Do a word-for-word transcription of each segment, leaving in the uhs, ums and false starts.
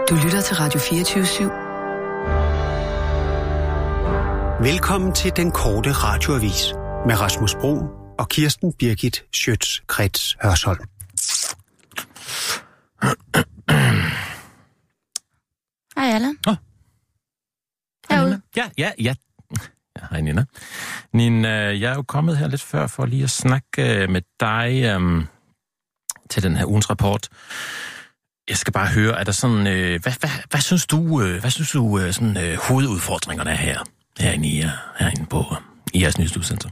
Du lytter til Radio fireogtyve syv. Velkommen til den korte radioavis med Rasmus Bro og Kirsten Birgit Schøtz-Krets Hørsholm. Hej, Allan. Oh. Herude. Ja, ja, ja. Hej, Nina. Nina, jeg er jo kommet her lidt før for lige at snakke med dig øhm, til den her ugens rapport. Jeg skal bare høre, er der sådan, øh, hvad, hvad, hvad synes du, øh, hvad synes du øh, sådan, øh, hovedudfordringerne er her, herinde, i, herinde på i jeres nyeste udsendelse?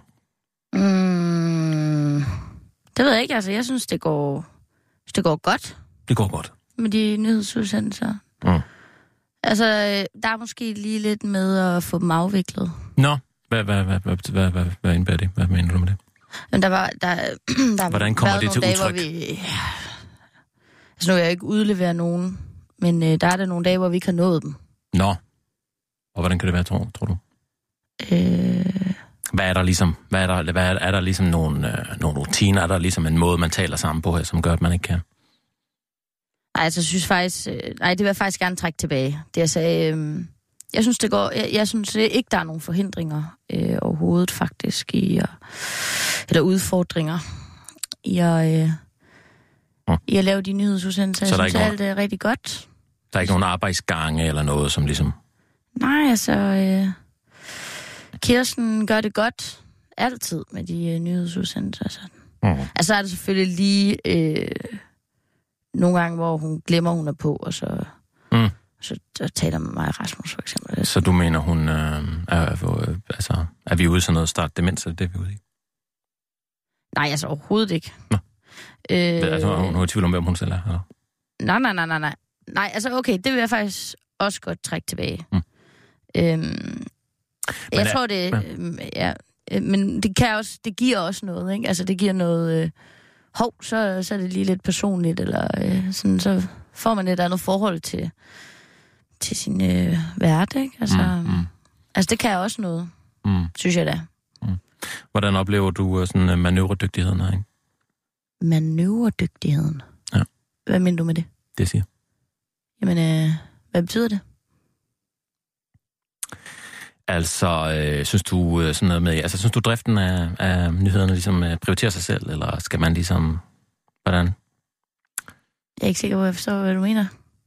Mm, det ved jeg ikke, altså jeg synes, det går, det går godt. Det går godt. Med de nyhedsudsendelser. Mm. Altså, der er måske lige lidt med at få dem afviklet. Nå, hvad, hvad, hvad, hvad, hvad, hvad, hvad indebærer det? Hvad mener du med det? Men der var, der, der Hvordan kommer det til dage, udtryk? Vi, altså nu vil jeg ikke udlevere nogen, men øh, der er der nogle dage, hvor vi ikke har nået dem. Nå, og hvordan kan det være, tror, tror du? Øh... Hvad er der ligesom, hvad er der, hvad er, er der ligesom nogle, øh, nogle rutiner, er der ligesom en måde, man taler sammen på her, som gør, at man ikke kan? Nej, altså, jeg synes faktisk... Øh, nej, det vil jeg faktisk gerne trække tilbage. Det jeg sagde... Øh, jeg synes, det går... Jeg, jeg synes ikke, der er nogen forhindringer øh, overhovedet, faktisk, i at... Eller udfordringer i at... Øh, mm. I at lave de nyhedsudsendelser. Jeg synes, alt er rigtig godt. Der er ikke nogen arbejdsgange eller noget, som ligesom... Nej, altså... Øh, Kirsten gør det godt altid med de øh, nyhedsudsendelser. Sådan. Mm. Altså, er det selvfølgelig lige... Øh, nogle gange, hvor hun glemmer, hun er på, og så, mm. så, så taler med mig Rasmus, for eksempel. Så du mener, hun øh, er, øh, altså, er vi ude i sådan noget start demens, eller det er vi ude i? Nej, altså overhovedet ikke. Nå. Øh, altså, hun er i tvivl om, hvem hun selv er, eller? Nej, nej, nej, nej, nej. Nej, altså okay, det vil jeg faktisk også godt trække tilbage. Mm. Øhm, jeg er, tror, det... Ja. Øh, ja, men det kan også, det giver også noget, ikke? Altså, det giver noget... Øh, hov, så, så er det lige lidt personligt, eller øh, sådan, så får man et andet forhold til, til sin øh, vært, ikke? Altså, mm, mm. altså, det kan også noget, mm. synes jeg da. Mm. Hvordan oplever du sådan uh, manøvredygtigheden her, ikke? Manøvredygtigheden? Ja. Hvad mener du med det? Det siger. Jamen, øh, hvad betyder det? Altså, øh, synes du øh, sådan noget med, altså synes du driften af, af nyhederne ligesom øh, prioriterer sig selv, eller skal man ligesom, hvordan? Jeg er ikke sikker på, at jeg forstår, hvad du mener.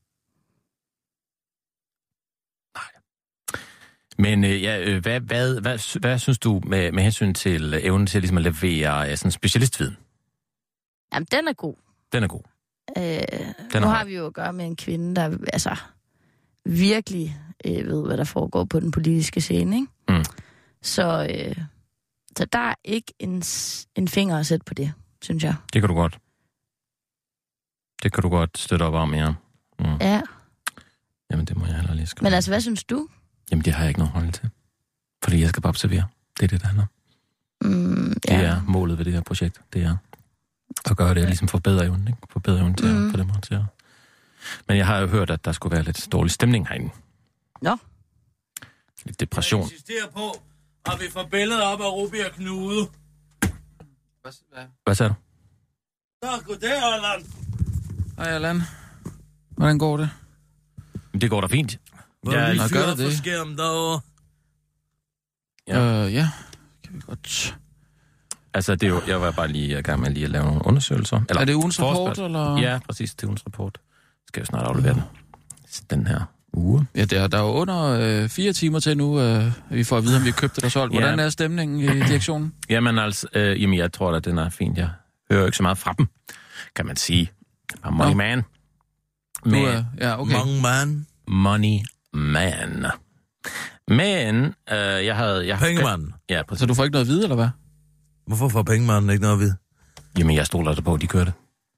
Nej. Men øh, ja, øh, hvad, hvad, hvad, hvad synes du med, med hensyn til øh, evnen til ligesom at levere øh, sådan specialistviden? Jamen, den er god. Den er god. Øh, den nu er har vi jo at gøre med en kvinde, der altså virkelig... Øh, ved, hvad der foregår på den politiske scene, ikke? Mm. Så, øh, så der er ikke en, en finger at sætte på det, synes jeg. Det kan du godt. Det kan du godt støtte op om, ja. Mm. Ja. Jamen, det må jeg heller lige skrive. Men altså, hvad synes du? Jamen, det har jeg ikke nogen hold til. Fordi jeg skal bare observere. Det er det, der handler. Mm, ja. Det er målet ved det her projekt. Det er at gøre det, ligesom forbedre evnen, ikke? Forbedre evnen til mm. at få dem til at... Men jeg har jo hørt, at der skulle være lidt dårlig stemning herinde. Nå. Lidt depression. Jeg insisterer på, at vi får billedet op af Ruby og Knude. Hvad, hvad? Hvad sagde du? Så, goddag, Allan. Hej, Allan. Hvordan går det? Det går da fint. Ja, lige fyrer for skærmen derovre. Ja. Øh, ja. Kan vi godt... Altså, det er jo, jeg var bare lige i gang med lige at lave nogle undersøgelser. Eller, er det ugens rapport, eller? Ja, præcis, det er ugens rapport. Skal jo snart aflevere den. Den her uge. Ja, der, der er jo under øh, fire timer til nu, øh, vi får at vide, om vi har købt eller solgt. Hvordan ja. er stemningen i direktionen? Jamen altså, øh, jamen, jeg tror at den er fint. Jeg hører ikke så meget fra dem, kan man sige. Bare money Nå. man. Men, nu, øh, ja, okay. Money man. Money man. Men, øh, jeg havde... Jeg Pengemanden. Ja, præcis. Så du får ikke noget at vide, eller hvad? Hvorfor får pengemanden ikke noget at vide? Jamen, jeg stoler der på, at de kører det.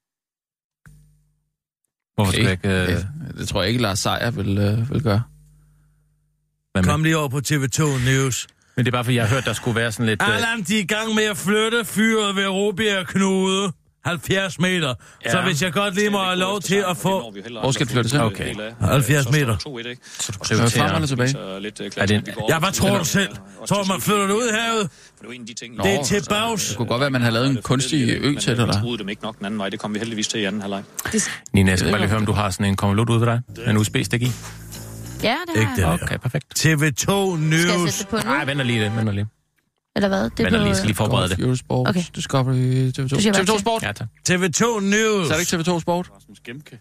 Hvorfor okay. skal jeg ikke... Øh... Det, det tror jeg ikke, Lars Seier vil, øh, vil gøre. Kom lige over på T V to News. Men det er bare, fordi jeg har hørt, der skulle være sådan lidt... Allan, de er i gang med at flytte fyret ved Ruby og Knude. halvfjerds meter. Ja. Så hvis jeg godt lige må have lov til at få... Hvor skal det flyttes hen? Okay. halvfjerds meter. Så du frem eller tilbage? Er det... Ja, hvad tror du selv? Tror du, man flytter det ud i havet? Nå, det er til bags. Det kunne godt være, at man har lavet en kunstig ø til det, der. troede dem ikke nok den anden vej. Det kom vi heldigvis til i anden halvleg. Nina, jeg skal bare lige høre, om du har sådan en konvolut ude ved dig? Med en U S B-stik i? Ja, det har jeg. Okay, perfekt. T V to News. Skal jeg sætte det på nu? Nej, vent lige det. Vent lige. Eller hvad? Det Vent på... lige, skal lige forberede det. Eurosport, Okay. Discovery, T V to. T V to Sport. Ja, tak. T V to News. Så er det ikke T V to Sport? Rasmus Gemke.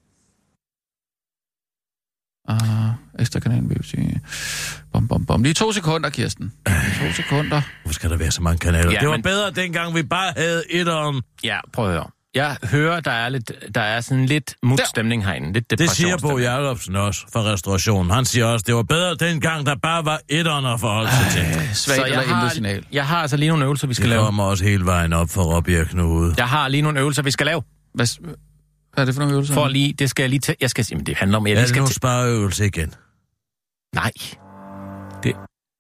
Ah, ekstra kanal, B B C. Bom, bom, bom. Lige to sekunder, Kirsten. To sekunder. Hvorfor skal der være så mange kanaler? Ja, det var men... bedre dengang, vi bare havde etteren. Ja, prøv at høre. Jeg hører, der er, lidt, der er sådan lidt mutstemning herinde. Lidt Det siger Bo depressionsstemning. Jacobsen også fra restaurationen. Han siger også, det var bedre dengang, der bare var etteren at forholde sig til. Svagt Så eller jeg intet har, signal. jeg har altså lige nogle øvelser, vi skal Det lave. kommer også hele vejen op for Robbie og Knude. Jeg har lige nogle øvelser, vi skal lave. Hvad, hvad er det for nogle øvelser? For lige, det skal jeg lige til. Jeg skal sige, men det handler om, at jeg Er lige det skal nogle til. spareøvelser igen? Nej. Det...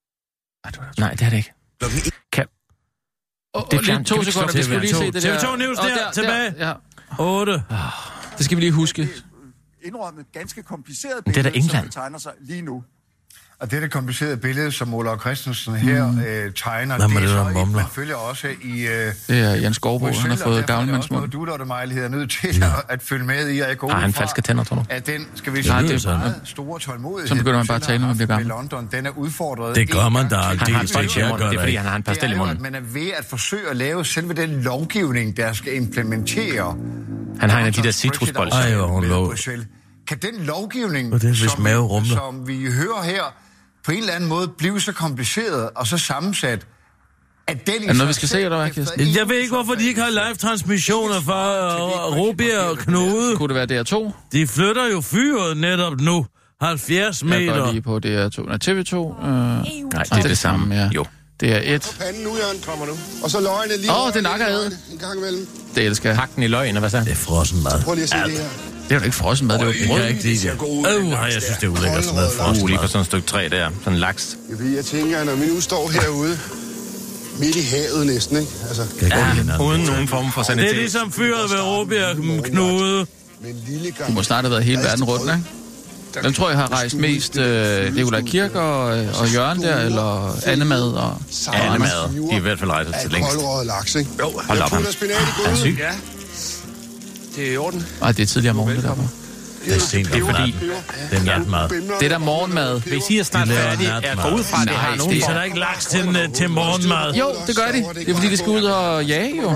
Nej, det er det ikke. Kan... Oh, Det er lige fjern- to kan vi ikke sekunder, stoppe vi skulle lige se det der. T V to News Åh, der, tilbage. Ja. otte. Det skal vi lige huske. Indrømmet ganske kompliceret Men det er da billede, som England. tegner sig lige nu. Og dette komplicerede billede, som Olav Christensen her mm. øh, tegner, Hvad det med er det, der så et, mumler? man følger også i... Øh, Det er Jan Skovbo, han har fået gavlemandsmund. Du, Lotte Mejle, er nødt til at, at følge med i, og jeg går Har ud han fra, falske tænder, tror du? at den, skal vi Nej, sige, det er meget store tålmodighed. Så begynder man bare at tale, når man bliver gammel. Med London, den er udfordret. Det gør man da en gang aldrig. til. Han har en Det pastil i jeg munden. gør Det er det fordi, ikke. han har en Det pastil i er jo, at munden. man er ved at forsøge at lave selve den lovgivning, der skal implementere... Han har en af de der citrusbolde. Ej, hvor hun lå. Kan den lovgivning, Og det er, hvis som, mave rumler. som vi hører her, på en eller anden måde blive så kompliceret og så sammensat, at den... Er det noget, vi skal se, eller hvad, Kirsten? Jeg ved ikke, hvorfor de ikke har live-transmissioner fra Robbie og Knude. Kunne det være D R to? De flytter jo fyret netop nu. halvfjerds Jeg går meter. lige på D R to. Nej, T V to. Øh... Nej, det er det samme. ja. Jo. Det er et. Panden nu, Jørgen, kommer nu. Og så løgene lige... Åh, det nakker ad. En gang imellem. Det elsker jeg. Hak den i løgn, og hvad så? Det er frossen mad. Prøv lige at se det her. Det er jo ikke frossen mad, det er jo Jeg brød. kan ikke lide det. Øh, jeg synes, det er ulækkert sådan noget frossen Uh, lige på mad. sådan et stykke træ der. Sådan en laks. Jeg, ved, jeg tænker, når vi nu står herude, midt i havet næsten, ikke? Altså, Kan jeg godt lide hinanden. Uden nogen form for Det sanitet. er ligesom fyret ved Robbie og Knude. med en lille gang... Du må snart have været hele verden rundt, ikke? Hvem tror jeg har rejst mest? Øh, Nikolaj Kirk og, og Jørgen der, eller Annemad og... Alle mad. De er i hvert fald rejset til længst. Koldrøget laks, ikke? Jo, hold op ham. Spinat i Er han gulvet. syg? Ja. Det er i orden. Nej, det er tidligere morgen, det der. Det er sent om natten. Det er natmad. Det er der morgenmad. Hvis I er snart De laver færdige, natmad. jeg går ud fra, at det har nogen Spiser form. der ikke laks til, øh, til morgenmad? Jo, det gør de. Det er fordi, de skal ud og jage, jo.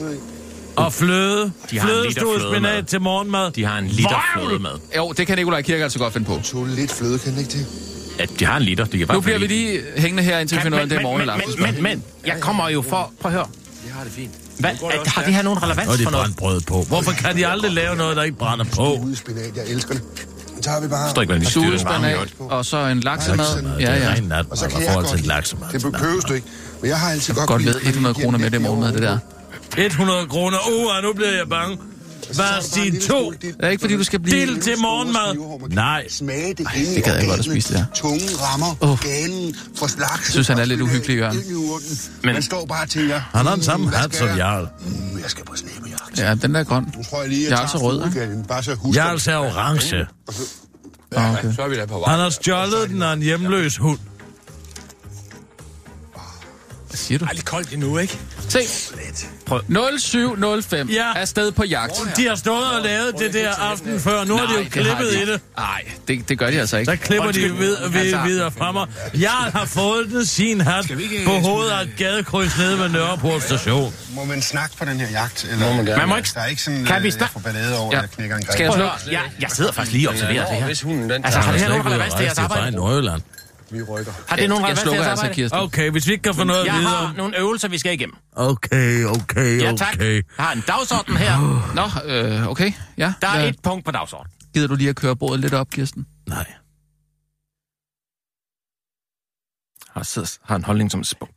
Og fløde. De har en liter Flødestue flødemad. spinat til morgenmad. De har en liter Vrøvl! flødemad. Jo, det kan Nikolaj Kirk altså godt finde på. Tåle lidt fløde, kan den ikke det? Ja, de har en liter. De kan bare Nu bliver vi fylde i. lige hængende her, indtil vi finder ud af, om det er morgen eller aften. men, men, men, jeg kommer jo for... Prøv at høre. Jeg har det fint. Hvad, at, har det her nogen relevans Og de for noget? brænder brød på. Hvorfor kan de aldrig lave noget, der ikke brænder på? Ude spinat, jeg elsker det. Så tager vi bare... Jeg forstår ikke, hvordan vi styrer det. Studebanat, og så en laksemad. Ja, Det er ja. ren natmad, Og så der kan jeg forhold til godt en lide- laksemad. Det behøves du ikke. Men jeg har altid godt Godt kunne ved, lide- hundrede kroner med det morgenmad, det der. hundrede kroner. Uh, nu bliver jeg bange. Hvad sige to? Det er ikke, fordi du skal blive... Dild til morgenmad. Nej. Smage det Ej, inde i det gad jeg godt at organet. spise, det der. Tungen rammer Åh. ganen for slaks. Jeg synes, han er lidt uhyggelig, Jørgen. Men- Man står bare og tænker... Han har den samme "Mm, hvad hat skal som jeg?" Jarl. Mm, jeg skal på snæbejagt. Ja, den der er grøn. Nu tror jeg lige, jeg Jeg er tager altså rød, ikke? fuglegallen, bare så jeg husker. Jarls er orange. Ah, okay. Så er vi da på vej. Han har stjålet den af en hjemløs hund. Hvad siger du? Det er lidt koldt endnu, ikke? Se. nul syv nul fem Ja. er afsted på jagt. De har stået og lavet det der aften før. Nu har de jo klippet i det. Nej, det, det gør de altså ikke. Der klipper de ved, ved, videre fra mig. Jarl har fået den sin hat på hovedet af et gadekryds nede ved Nørreport station. Må man snakke på den her jagt? Eller? Må man Man må ikke- Der er ikke sådan, Kan vi øh, snakke? for ballade over, Ja. ja. der knækker en gren. Skal jeg Prøv slukke? at høre, jeg, jeg sidder faktisk lige og observerer det her. Hvis hunden den Altså, har det her Han er nogen slet ikke relevans til jeres ude at rejse, det er fra arbejde? Nordjylland. Vi rykker. Har det nogen Jeg relevans til slukker jeres altså, arbejde? Kirsten. Okay, hvis vi ikke kan få noget at Jeg vide har om... nogle øvelser, vi skal igennem. Okay, okay, Ja, tak. okay. Jeg har en dagsorden her. Nå, øh, okay. Ja. Der er Hvad- et punkt på dagsordenen. Gider du lige at køre bordet lidt op, Kirsten? Nej. Har, sidder, har en holdning som spunk.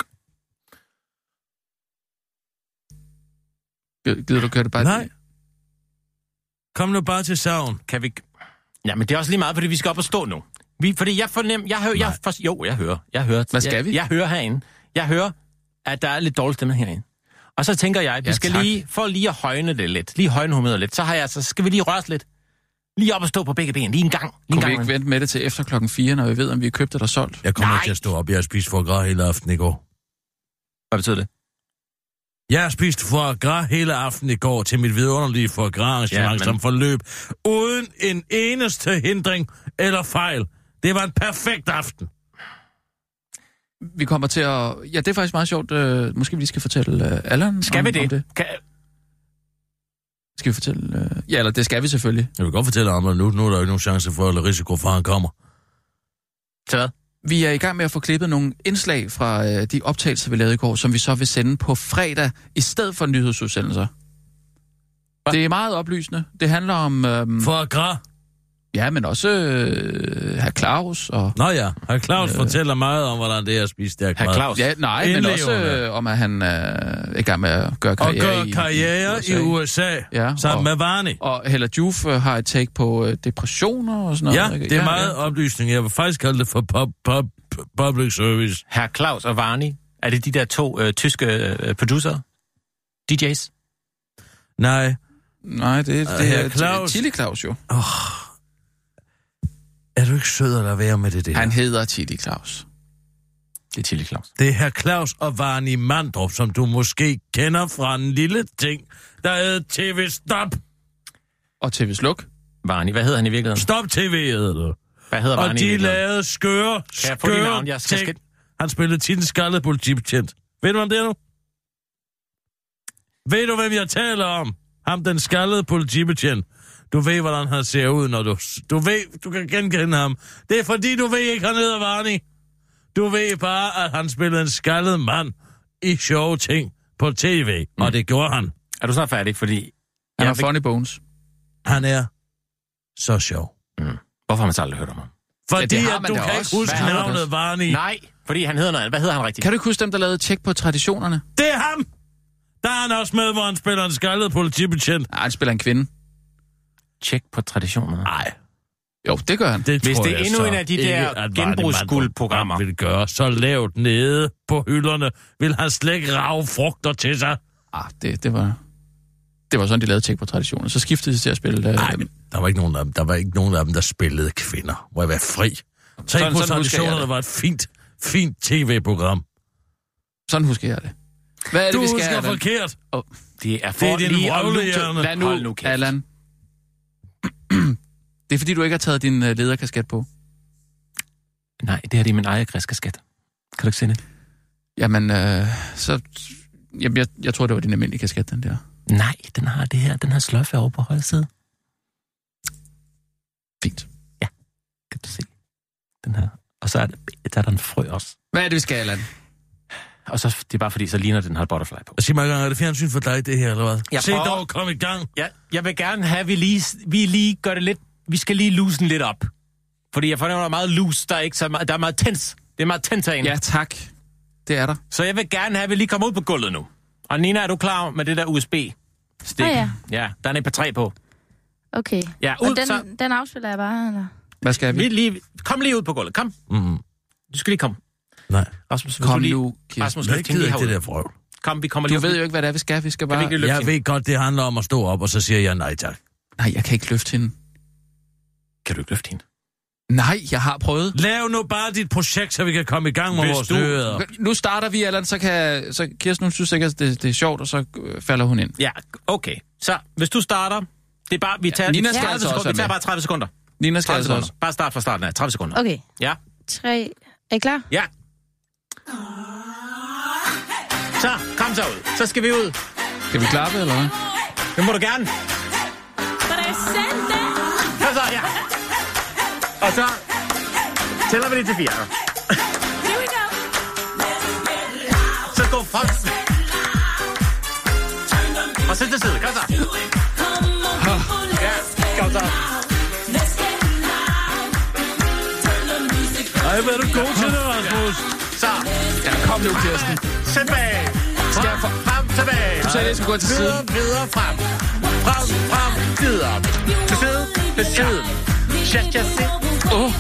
Gider du køre det bare? Nej. Kom nu bare til savn. Kan vi... Ja, men det er også lige meget, fordi vi skal op og stå nu. Vi, fordi jeg fornemmer... Jeg hører... Jeg for, jo, jeg hører. Jeg hører. Hvad skal jeg, vi? Jeg hører herinde. Jeg hører, at der er lidt dårlig stemning herinde. Og så tænker jeg, at vi Ja, skal tak. lige, for lige at højne det lidt, lige højne humøret lidt, så, har jeg, så skal vi lige røre os lidt. Lige op og stå på begge ben, lige en gang. Lige en Kunne gang, vi ikke vente med det til efter klokken fire, når vi ved, om vi er købt eller solgt? Jeg kommer Nej. ikke til at stå op. Jeg har spist foie gras hele aftenen i går. Hvad betyder det? Jeg har spist foie gras hele aftenen i går til mit vidunderlige foie gras arrangement, Ja, men- som forløb uden en eneste hindring eller fejl. Det var en perfekt aften. Vi kommer til at... Ja, det er faktisk meget sjovt. Uh, måske vi lige skal fortælle uh, Allan Skal om, vi det? om det. Kan... Skal vi fortælle... Uh... Ja, eller det skal vi selvfølgelig. Jeg vil godt fortælle om det nu. Nu er der jo ikke nogen chance for, eller risiko for, at han kommer. Til hvad? Vi er i gang med at få klippet nogle indslag fra uh, de optagelser, vi lavede i går, som vi så vil sende på fredag, i stedet for nyhedsudsendelser. Hva? Det er meget oplysende. Det handler om... Um... Foie gras? Ja, men også øh, herr Claus og... Nå ja, herr Claus Øh. øh... fortæller meget om, hvordan det er at spise stærkt Herr mad. Claus. Ja, nej, men også Indlevende. øh, om, at han øh, er i gang med at gøre Og karriere, gør karriere i, i U S A, Ja, sammen og- med Varney. Og Hella Juf øh, har et take på øh, depressioner og sådan noget. Ja, ikke? det er meget oplysning. Jeg vil faktisk kalde det for pub, pub, public service. Herr Claus og Varney. Er det de der to øh, tyske øh, producer? D J's? Nej. Nej, det, Uh, det herr er Claus. Chili Claus jo. Oh. Er du ikke sød at lade være med det der? Han hedder Chili Claus. Det er Chili Claus. Det er herr Claus og Varney Mandrup, som du måske kender fra en lille ting, der hedder T V Stop. Og T V Sluk. Varney, hvad hedder han i virkeligheden? Stop T V hedder det. Hvad hedder Og Varney i de virkeligheden? lavede skøre, Kan jeg få dit skøre navn? Jeg skal ting. skæt- Han spillede tit en skaldet politibetjent. Ved du, om det er nu? Ved du, hvem jeg taler om? Ham, den skaldede politibetjent. Du ved, hvordan han ser ud, når du... Du ved, du kan genkende ham. Det er fordi, du ved ikke, han hedder Varney. Du ved bare, at han spillede en skaldet mand i sjove ting på tv. Mm. Og det gjorde han. Er du snart færdig? Fordi... Han Jeg har fik- funny bones. Han er så sjov. Mm. Hvorfor har man så aldrig hørt om ham? Fordi Ja, det har at man du da kan også. ikke huske Hvad har man navnet også? Varney. Nej, fordi han hedder noget andet. Hvad hedder han rigtigt? Kan du ikke huske dem, der lavede tjek på traditionerne? Det er ham! Der er han også med, hvor han spiller en skaldet politibetjent. Nej, han spiller en kvinde. Tjek på traditionerne. Nej. Jo, det gør han. Det Hvis tror det er jeg endnu så en af de ikke, der at Varney genbrugsguldprogrammer. Mandrup vil gøre så lavt nede på hylderne, vil han slet ikke rage frugter til sig. Ah, det, det var... Det var sådan, de lavede tjek på traditioner. Så skiftede de til at spille... Øh, Nej, men der var ikke nogen af dem, der var ikke nogen af dem, der spillede kvinder. Må jeg være fri? Tjek på sådan husker jeg traditionerne det. var et fint, fint tv-program. Sådan husker jeg det. Hvad er det, Du vi skal husker Allan? forkert. Oh, Det er for Det er din lige at røvlehjerne. lute- lad nu, Hold nu kæft. Allan. Det er fordi, du ikke har taget din øh, lederkasket på. Nej, det her det er min egen græskasket. Kan du ikke se det? Jamen, øh, så... Jamen, jeg, jeg tror, det var din almindelige kasket, den der. Nej, den har det her. Den har sløjfe over på højre side. Fint. Kan du se? Den her. Og så er der, der, er der en frø også. Hvad er det, vi skal, Allan? Og så det er bare fordi, så ligner den har et butterfly på. Sig mig engang, er det fjernsyn for dig, det her, eller hvad? Jeg Se prøver- dog, kom i gang. Ja, jeg vil gerne have, at vi lige, vi lige gør det lidt... Vi skal lige loosen lidt op. Fordi jeg fornemmer, der er meget loose. Der er, ikke så meget, der er meget tens. Det er meget tens herinde. Ja, tak. Det er der. Så jeg vil gerne have, at vi lige kommer ud på gulvet nu. Og Nina, er du klar med det der U S B-stik? Ah, ja. Ja, der er en par tre på. Okay. Ja, Og ud, den, så... den afspiller jeg bare, eller? Hvad skal Vi vi? lige, kom lige ud på gulvet. Kom. Mm-hmm. Du skal lige komme. Nej, Rasmus, hvis Kom du lige... nu, Kirsten. Rasmus, jeg skal gider lige ikke det herud. der frøv. Kom, vi kommer Du lige ved ud. jo ikke, hvad det er, vi skal. Vi skal Kan vi bare... ikke lige løfte Jeg hende? ved godt, det handler om at stå op, og så siger jeg nej tak. Nej, jeg kan ikke løfte hende. Kan du ikke løfte hende? Nej, jeg har prøvet. Lav nu bare dit projekt, så vi kan komme i gang med Hvis vores du- nyheder. Nu starter vi, Allan, så kan... Så Kirsten, hun synes sikkert, det, det er sjovt, og så øh, falder hun ind. Ja, okay. Så, hvis du starter... Det er bare... Vi tager, Nina vi skal tager altså tredive også sekunder. Vi tager være med. bare tredive sekunder. Nina skal tredive altså sekunder. også. Bare start fra starten af. tredive sekunder. Okay. Ja. Tre. Er I klar? Ja. Så, kom så ud. Så skal vi ud. Skal vi klappe, eller hvad? Det må du gerne. Kom så, ja. Og så tæller vi lige til fire. Så gå frem. Og sæt til side. Kom så. Ja, kom så. Ej, hvad er du god til det, Rasmus? Så. Ja, kom nu, Kirsten. Tilbage. Skal jeg for- Frem, tilbage. Du sagde, jeg skulle gå til Videre, siden. videre, frem. Frem, frem, videre. Til side, til side. Shit, just sit. Åh.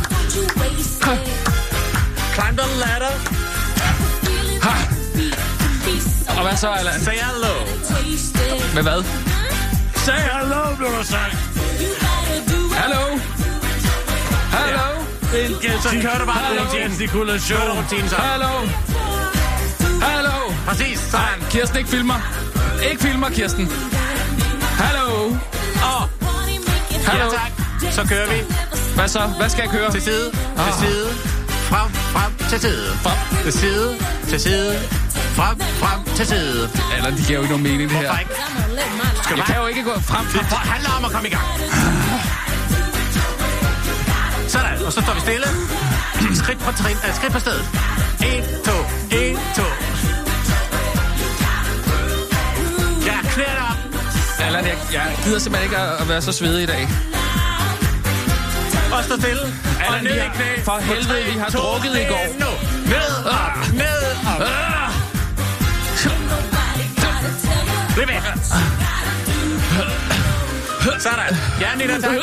Climb the ladder. Ha. Og hvad så, Allan? Say hello. Med hvad? Say hello, blev der sagt. Hallo? Hallo? Så kører du bare en gestikulation. Hallo? Hallo? Præcis, sådan. Kirsten, ikke filmer. Ikke filmer, Kirsten. Hallo? Åh. Hallo? Ja, tak. Så kører vi. Hvad så? Hvad skal jeg køre? Til side, til side. Frem, frem, til side. Frem. Til side, til side. Frem, frem, til side. Eller, det giver jo ikke nogen mening, det her. Hvorfor ikke? Skal Jeg kan jo ikke gå frem. Det handler om at komme i gang. Sådan, og så står vi stille. Skridt på trin, øh, skridt på stedet. En, to, en, to. Ja, knæet op. Allan, jeg, jeg gider simpelthen ikke at være så svedig i dag. Og stå stille. Og Allan, ned vi i har- knæ. for helvede, vi har To, drukket i en, går. Nu. Ned, op, ned, op. Det er væk. Sådan. Ja, Nina, tak.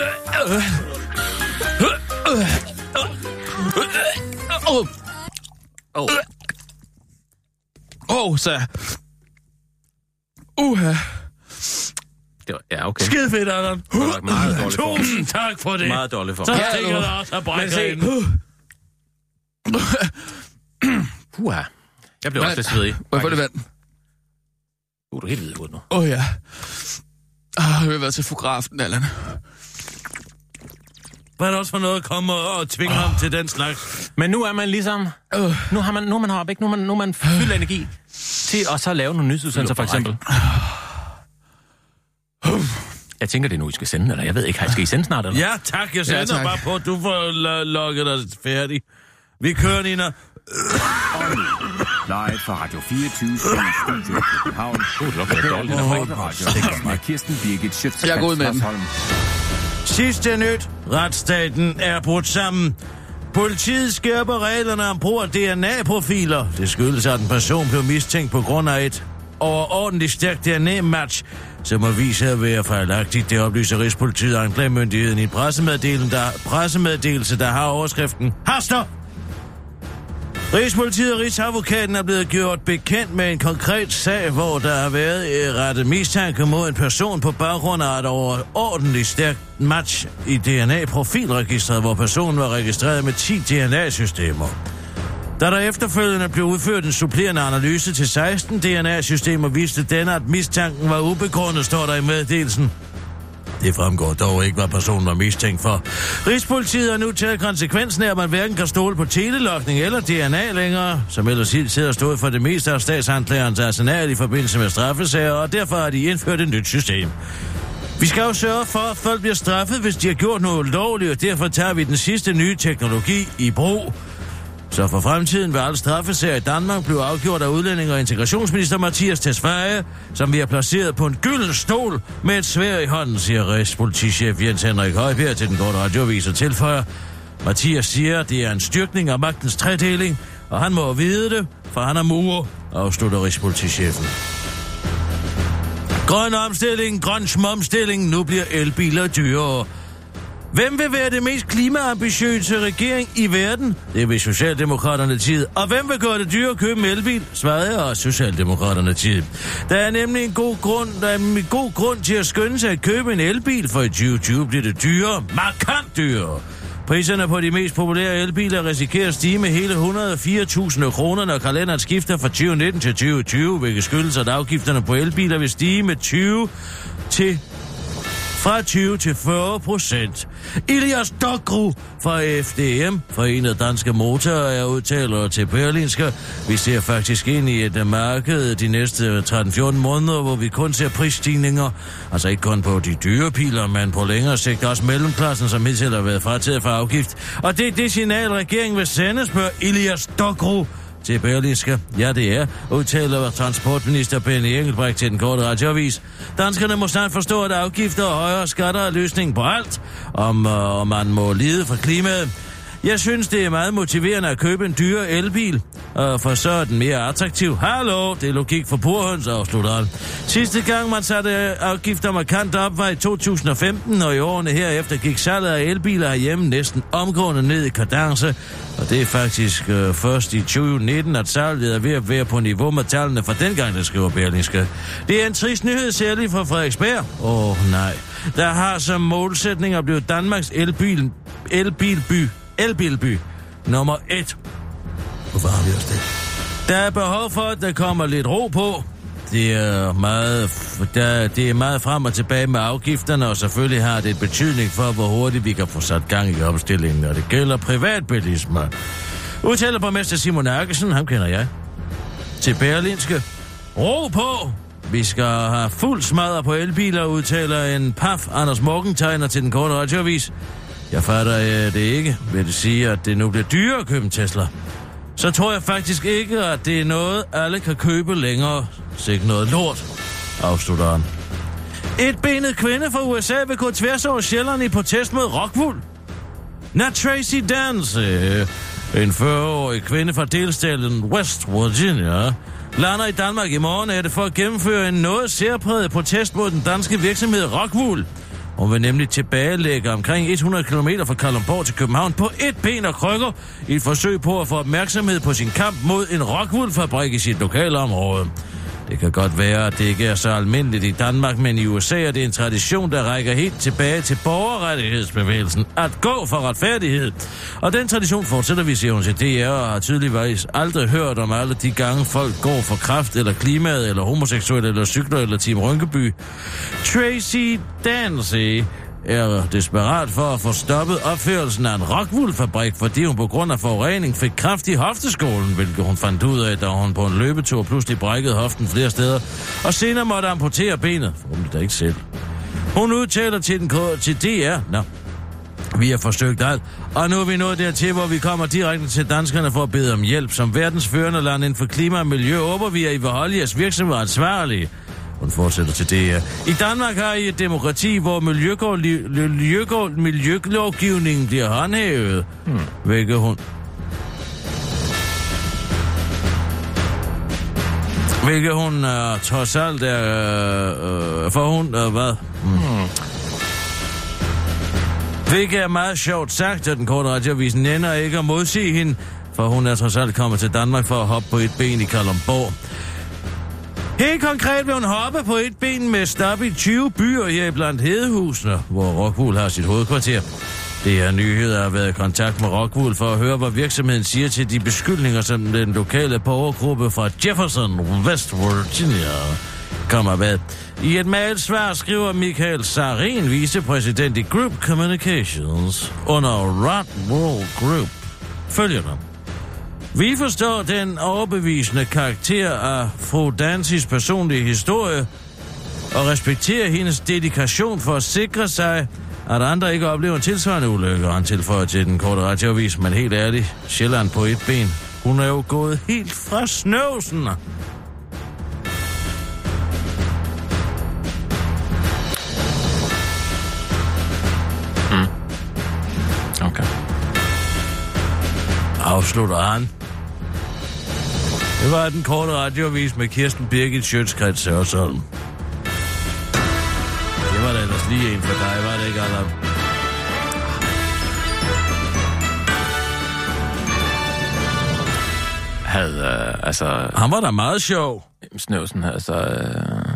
Åh. Åh. Åh, så... Uha. Det var, ja, okay. Skide fedt, Allan. Det var meget dårligt for. Tusind tak for det. Meget dårligt for. Så Ja, tænker nu. der også at Men brække se. ind. Puha. Jeg blev også lidt svedig. Må jeg få det vand? Uh, du er helt hvid i hovedet nu. Åh, oh, ja. Ah, jeg vil være til fotografen, Allan. Hvad er det også for noget at komme og, og tvinge oh. ham til den slags? Men nu er man ligesom... Uh. Nu har man, nu er man heroppe, ikke? Nu er man, nu er man fyldt energi til at så lave nogle nyhedsudsendelser, for eksempel. Jeg tænker, det er nu, I skal sende, eller jeg ved ikke, skal I sende snart, eller? Ja, tak. Jeg sender Ja, tak. bare på, at du får lo- lukket dig færdig. Vi kører, Nina. Live fra Radio fireogtyve Studio i København. Uh, det var dårligt. Radio med Kirsten Birgit Schøtz. Jeg er god med den. Sidste nyt. Retsstaten er brudt sammen. Politiet skærper reglerne om brug af D N A-profiler. Det skyldes, at en person blev mistænkt på grund af et overordentligt stærkt D N A-match, som må vise at være fejlagtigt. Det oplyser Rigspolitiet og anklagemyndigheden i en pressemeddelelse, der, pressemeddelelse, der har overskriften Haster! Rigspolitiet og Rigsadvokaten er blevet gjort bekendt med en konkret sag, hvor der har været rettet mistanke mod en person på baggrund af et overordentligt stærkt match i D N A-profilregistret, hvor personen var registreret med ti D N A-systemer. Da der efterfølgende blev udført en supplerende analyse til seksten D N A-systemer, viste denne, at mistanken var ubegrundet, står der i meddelelsen. Det fremgår dog ikke, hvad personen var mistænkt for. Rigspolitiet har nu taget konsekvensen af, at man hverken kan stole på telelogning eller D N A længere, som ellers helt sidder stået for det meste af statsanklagerens arsenal i forbindelse med straffesager, og derfor har de indført et nyt system. Vi skal jo sørge for, at folk bliver straffet, hvis de har gjort noget ulovligt, og derfor tager vi den sidste nye teknologi i brug. Så for fremtiden vil alle straffesager i Danmark blive afgjort af udlænding- og integrationsminister Mathias Tesfaye, som vi har placeret på en gylden stol med et sværd i hånden, siger Rigspolitichef Jens Henrik Højbjerg til den korte radioavis og tilføjer. Mathias siger, at det er en styrkning af magtens tredeling, og han må vide det, for han er murer, afslutter Rigspolitichefen. Grøn omstilling, grøn smomstilling, nu bliver elbiler dyrere. Hvem vil være det mest klimaambitiøse regering i verden? Det vil Socialdemokraterne tid. Og hvem vil gøre det dyre at købe en elbil? Svaret er også Socialdemokraterne tid. Der er nemlig en god grund, der er en god grund til at skynde sig at købe en elbil, for i tyve tyve bliver det dyrere, markant dyrere. Priserne på de mest populære elbiler risikerer at stige med hele et hundrede og fire tusind kroner, når kalenderen skifter fra tyve nitten til tyve tyve, hvilket skyldes, at afgifterne på elbiler vil stige med tyve til fra tyve til fyrre procent. Ilias Dokru fra F D M, Forenet Danske Motorer, er udtaler til Berlingske. Vi ser faktisk ind i et marked de næste tretten fjorten måneder, hvor vi kun ser prisstigninger. Altså ikke kun på de dyre biler, men på længere sigt også mellemklassen, som hidtil har været frataget for afgift. Og det er det signal, regeringen vil sende, spørger Ilias Dokru til Berlingske. Ja, det er, udtaler transportminister Benny Engelbrecht til den korte radioavis. Danskerne må snart forstå, at afgifter og højere skatter er løsningen på alt, om, uh, om man må lide for klimaet. Jeg synes, det er meget motiverende at købe en dyre elbil, og for så er den mere attraktiv. Hallo, det er logik for purhøns, afslutter han. Sidste gang, man satte afgifter markant op, var i to tusind og femten, og i årene herefter gik salget af elbiler herhjemme næsten omgående ned i kadence. Og det er faktisk øh, først i tyve nitten, at salget er ved at være på niveau med tallene fra dengang, der skriver Berlingske. Det er en trist nyhed, særligt for Frederiksberg. Åh oh, nej. Der har som målsætning at blive Danmarks elbil, elbilby, elbilby nummer et. Hvorfor har vi også det? Der er behov for, at der kommer lidt ro på. Det er meget, der, det er meget frem og tilbage med afgifterne, og selvfølgelig har det et betydning for, hvor hurtigt vi kan få sat gang i omstillingen, og det gælder privatbilisme. Udtaler borgmester Simon Arkesen, ham kender jeg, til Berlingske. Ro på! Vi skal have fuld smadre på elbiler, udtaler en paf Anders Morgenthaler til den korte radioavis. Jeg fatter øh, det ikke, vil det sige, at det nu bliver dyrere at købe en Tesla. Så tror jeg faktisk ikke, at det er noget, alle kan købe længere. Så ikke noget lort, afslutter han. Et benet kvinde fra U S A vil gå tværs over Sjælland i protest mod Rockwool. Nat Tracy Dance, øh, en fyrre-årig kvinde fra delstaten West Virginia, lander i Danmark i morgen er det for at gennemføre en noget særpræget protest mod den danske virksomhed Rockwool. Hun vil nemlig tilbagelægge omkring hundrede kilometer fra Kalundborg til København på et ben og krykker i et forsøg på at få opmærksomhed på sin kamp mod en Rockwool-fabrik i sit lokale område. Det kan godt være, at det ikke er så almindeligt i Danmark, men i U S A er det en tradition, der rækker helt tilbage til borgerrettighedsbevægelsen. At gå for retfærdighed. Og den tradition fortsætter vi, siger hun til D R, og har tydeligvis aldrig hørt om alle de gange folk går for kræft, eller klimaet, eller homoseksuelle, eller cykler, eller Team Rynkeby. Tracy Dancy er desperat for at få stoppet opførelsen af en Rockwool-fabrik, fordi hun på grund af forurening fik kræft i hofteskålen, hvilket hun fandt ud af, da hun på en løbetur pludselig brækkede hoften flere steder, og senere måtte amputere benet, for hun da ikke selv. Hun udtaler til, den, til D R, nå, vi har forsøgt alt, og nu er vi nået dertil, hvor vi kommer direkte til danskerne for at bede om hjælp. Som verdens førende land inden for klima og miljø, håber vi, at I vil holde jeres virksomhed ansvarlige. Hun fortsætter til det her. I Danmark har I et demokrati, hvor miljølovgivningen bliver håndhævet. Hmm. Hvilket hun... Hvilket hun uh, trods alt er... Uh, uh, for hun... Uh, hvad? Hmm. Hmm. Hvilket er meget sjovt sagt, at den korte radioavisen nænder ikke at modsige hende, for hun er trods alt kommet til Danmark for at hoppe på et ben i Kalundborg. Helt konkret vil hun hoppe på et ben med stop i tyve byer her blandt Hedehusene, hvor Rockwool har sit hovedkvarter. Det her nyheder har været i kontakt med Rockwool for at høre, hvad virksomheden siger til de beskyldninger, som den lokale borgergruppe fra Jefferson, West Virginia, kommer med. I et mailsvar skriver Michael Sarin, vicepræsident i Group Communications under Rockwool Group, følgende. Vi forstår den overbevisende karakter af fru Dancys personlige historie og respekterer hendes dedikation for at sikre sig, at andre ikke oplever en tilsvarende ulykke, han tilføjer til den korte radioavis, men helt ærligt, Sjælland på et ben. Hun er jo gået helt fra snøvsen. Mm. Okay. Afslutter han. Det var den korte radioavis med Kirsten Birgit Schøtz-Krets Hørsholm. Det var da ellers lige en for dig, var det ikke, Allan? Havde, øh, altså... Han var da meget sjov. Snøvsen, altså... Øh...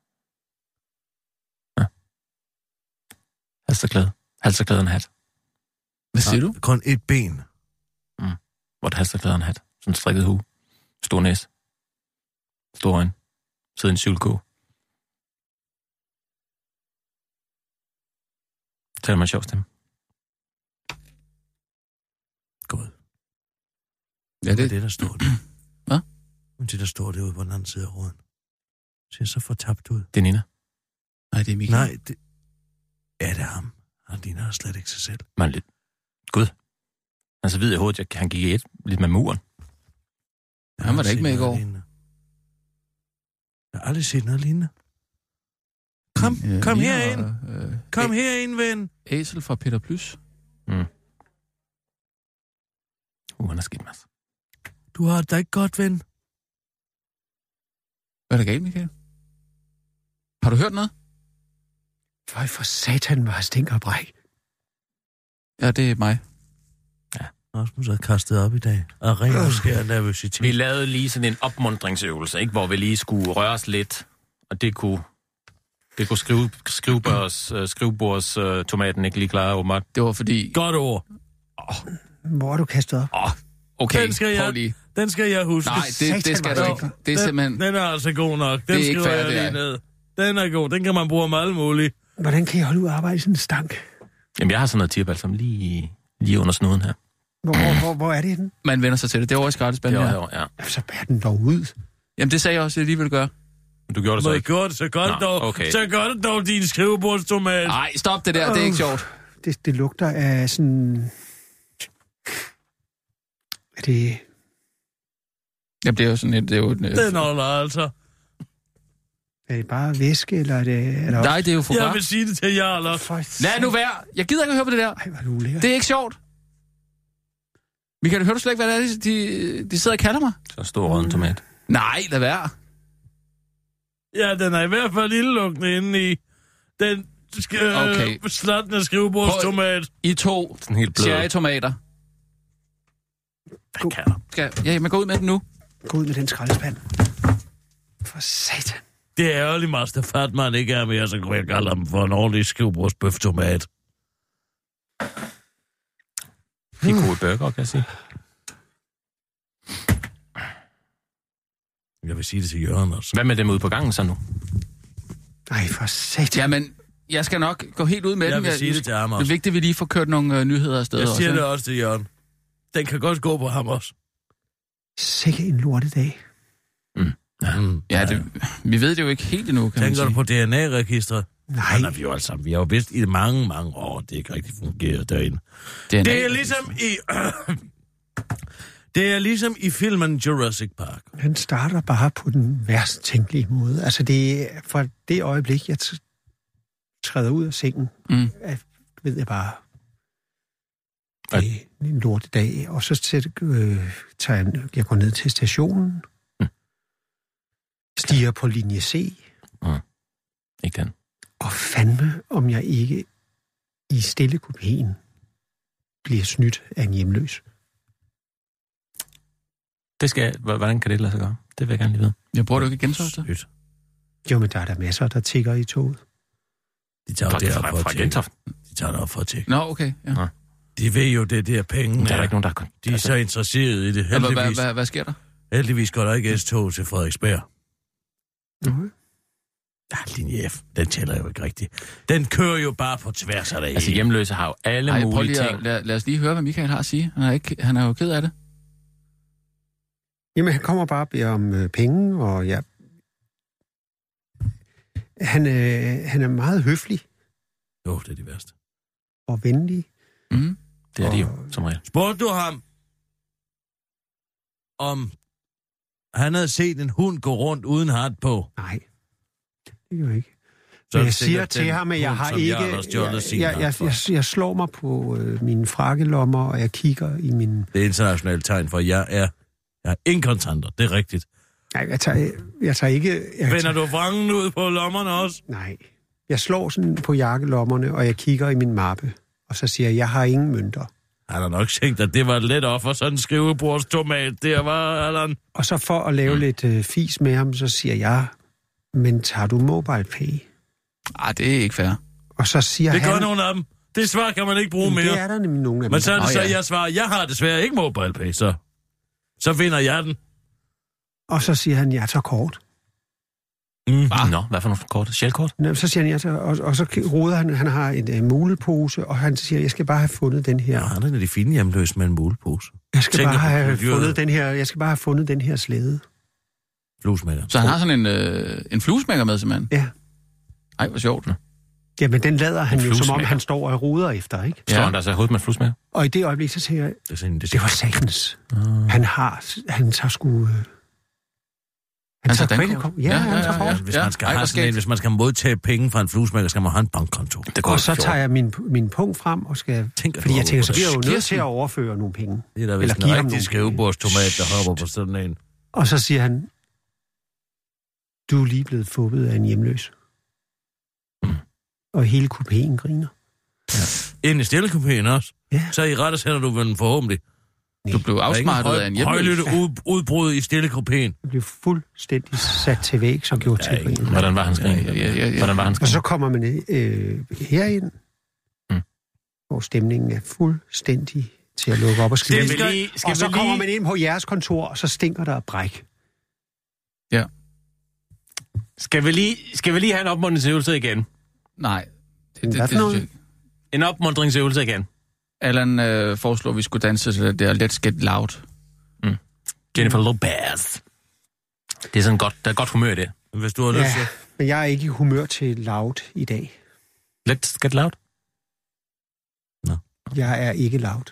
Ja. Halsterklæde. Halsterklæde og en hat. Hvad siger du? Kun et ben. Mm. Hvor et halsterklæde og en hat. Sådan en strikket hue. Stor næse. Stor øjne. Sidder i en cykelgå. Taler man sjov stemme. God. Ja, det er det, der står der. Hvad? Det, der står derude på den anden side af råden. Ser så fortabt ud. Det er Nina. Nej, det er Michael. Nej, det... Ja, det er ham. Han ligner slet ikke sig selv. Man lidt... Gud. Han så ved jeg hurtigt, at han gik i et lidt med muren. Han var da ikke med i går. Lignende. Jeg har aldrig set noget lignende. Kom, ja, kom herind. Øh, kom æ- herind, ven. Æsel fra Peter Plys. Mm. Uh, han er skidt, Mads. Du har det da ikke godt, ven. Hvad er der galt, Michael? Har du hørt noget? Føj for satan, var stinker og bræk. Ja, det er mig. Ja, Rasmus har kastet op i dag. Og ren og skær nervøsitet. Vi lavede lige sådan en opmuntringsøvelse, ikke? Hvor vi lige skulle røre os lidt. Og det kunne, det kunne skrive, skrivebords, uh, skrivebords uh, tomaten ikke lige klare, åbenbart. Det var fordi... Godt ord. Oh. Hvor er du kastet op? Oh, okay, den skal, jeg, lige. den skal jeg huske. Nej, det, det skal du ikke. Det er simpelthen... Den er altså god nok. Den det er skriver jeg lige ned. Den er god. Den kan man bruge om alt muligt. Hvordan kan jeg holde ud at arbejde i sådan en stank? Jamen, jeg har sådan noget tirbalsam lige, lige under snuden her. Hvor, hvor, hvor, hvor er det den? Man vender sig til det. Det er over i skrattespanden her. Ja. Ja, så bær den dog ud. Jamen, det sagde jeg også, at jeg lige ville gøre. Du gjorde det så Må ikke? Gjorde det, så godt Nå, dog. okay. Så gør det dog, din skrivebordstomat. Nej, stop det der. Det er ikke sjovt. Det, det lugter af sådan... Er det... Jamen, det er jo sådan et... Det er jo et, Den holder altså. Er det bare væske, eller er det... Er der Nej, det er jo foie. Jeg vil sige det til jer, eller? Lad nu være. Jeg gider ikke at høre på det der. Ej, hvor er du ulækker. Det er ikke sjovt. Michael, hører du slet ikke, hvad det er, de, de sidder og kalder mig? Så stor rødden tomat. Nej, lad være. Ja, den er i hvert fald ildelugtende inde i den skal, okay. slattende skrivebordstomat. I to cherrytomater. Hvad kan der? Skal, ja, men gå ud med den nu. Gå ud med den skraldespand. For satan. Det er ærgerligt, Master Fatman ikke er mere, så kunne jeg kalde ham for en ordentlig skrivebordsbøftomat. Det er gode burger, kan jeg sige. Jeg vil sige det til Jørgen også. Hvad med dem ude på gangen så nu? Nej, for satan. Jamen, jeg skal nok gå helt ud med jeg den. Jeg vil sige det til ham også. Det er vigtigt, at vi lige får kørt nogle øh, nyheder afsted. Jeg siger også, det også til Jørgen. Den kan godt gå på ham også. Sikke en lortedag. Mm. Ja, mm. ja det, vi ved det jo ikke helt endnu, kan Tænker man sige. du på D N A-registret? Nej. Nej, vi jo alle sammen. Vi har jo vidst i mange, mange år, det ikke rigtig fungeret derinde. D N A det er ligesom i... det er ligesom i filmen Jurassic Park. Han starter bare på den værst tænkelige måde. Altså, det er fra det øjeblik, jeg t- træder ud af sengen, mm. jeg ved jeg bare, det er en lortedag. Og så sæt, øh, tager jeg, jeg går ned til stationen, mm. stiger på linje C. Mm. Ikke den. Og fandme, om jeg ikke i stille kupéen bliver snydt af en hjemløs. Det skal jeg, hvordan kan det lade sig gøre? Det vil jeg gerne lige vide. Jeg bruger du ikke Gentofte? Jo, men der er der masser, der tigger i toget. De tager fra, det fra, for fra at Gentofte. De tager det op for at tjekke. Nå, okay. Ja. Nå. De ved jo, det der penge. Der er ikke nogen, der kan. De er så interesserede i det. Heldigvis. Hvad, hvad, hvad sker der? Heldigvis går der ikke S-tog til Frederiksberg. Mm. Ja, linje F, den tæller jo ikke rigtigt. Den kører jo bare på tværs af det. Altså hjemløse har jo alle Ej, mulige ting. At, lad, lad os lige høre, hvad Michael har at sige. Han er, ikke, han er jo ked af det. Jamen, han kommer bare og beder om øh, penge, og ja... Han, øh, han er meget høflig. Jo, det er det værste. Og venlig. Mm. Det er og... det jo, som regel. Spurgte du ham, om han havde set en hund gå rundt uden hat på? Nej, det gør jeg ikke. Så jeg siger til ham, at jeg har ikke... Jeg, jeg, jeg, jeg, jeg, jeg slår mig på øh, mine frakkelommer, og jeg kigger i min... Det er internationalt tegn for, jeg er, jeg er ingen kontanter, det er rigtigt. Nej, jeg tager, jeg tager ikke... Jeg Vender tager... du vrangen ud på lommerne også? Nej. Jeg slår sådan på jakkelommerne, og jeg kigger i min mappe, og så siger jeg, jeg har ingen mønter. Han har nok tænkt, at det var let offer, sådan en skrivebordstomat, der var, Allan. Og så for at lave mm. lidt øh, fis med ham, så siger jeg, men tager du MobilePay? Ah, det er ikke fair. Og så siger det han... Det gør nogle af dem. Det svar kan man ikke bruge mere. Det er der nemlig nogle af dem. Men så er det oh, så, ja. jeg svarer, jeg har desværre ikke MobilePay, så... Så vinder jeg den. Og så siger han, jeg tager kort. Mm. Ah. Nå, hvad for nogle kort? Shellkort? Så siger han, jeg tager, og, og så roder han, han har en uh, mulepose, og han siger, jeg skal bare have fundet den her... Ja, han er en af de fine hjemløse med en mulepose. Jeg skal Tænker bare have miljøet. fundet den her, jeg skal bare have fundet den her slæde. Fluesmækker. Så han har sådan en, øh, en fluesmækker med, simpelthen? Ja. Ej, hvor sjovt. Jamen, den lader han jo, som om han står og roder efter, ikke? Ja. Står han der så hovedet med fluesmækker? Og i det øjeblik, så siger jeg, det, sådan, det, det var satans. Uh. Han har, han tager sgu... Han tager tager dankort? kreditkort. Ja, ja, han tager ja, ja. Hvis, Ja. man skal Ej, have hvor sådan en, skægt. hvis man skal modtage penge fra en fluesmækker, skal man have en bankkonto. Det går Og så fjort. tager jeg min, min punkt frem og skal... Tænker fordi du jeg over tænker, så det? bliver jeg jo nødt Kirsten. til at overføre nogle penge. Det er da Eller vist give en ham rigtig nogle skrivebordstomat, der hopper på sådan en. Og så siger han, du er lige blevet fubbet af en hjemløs. Mm. Og hele kupéen griner. Ind i stillekupéen også. Ja. Så i rette sætter du vel forhåbentlig. Du blev afsmartet af en hjemløs. Højlytte ud, udbrud i stillekupéen. Det blev fuldstændig sat til væg, som gjorde til griner. Hvordan var hans grin? Ja, ja, ja, ja. Hvordan var hans Og grin? så kommer man øh, herind, Mm. hvor stemningen er fuldstændig til at lukke op og skrive. Skal vi lige- skal Og så vi kommer lige- man ind på jeres kontor, og så stinker der af bræk. Ja. Skal vi lige, skal vi lige have en opmuntringsøvelse igen? Nej. Det, Hvad det, for det, noget? synes jeg ikke. En opmuntringsøvelse igen. Allan øh, foreslår, at vi skulle danse til det der Let's Get Loud. Jennifer Lopez. Det er sådan godt, der er godt humør i det. Hvis du har lyst til. Ja, men jeg er ikke i humør til loud i dag. Let's get loud. Jeg er ikke loud.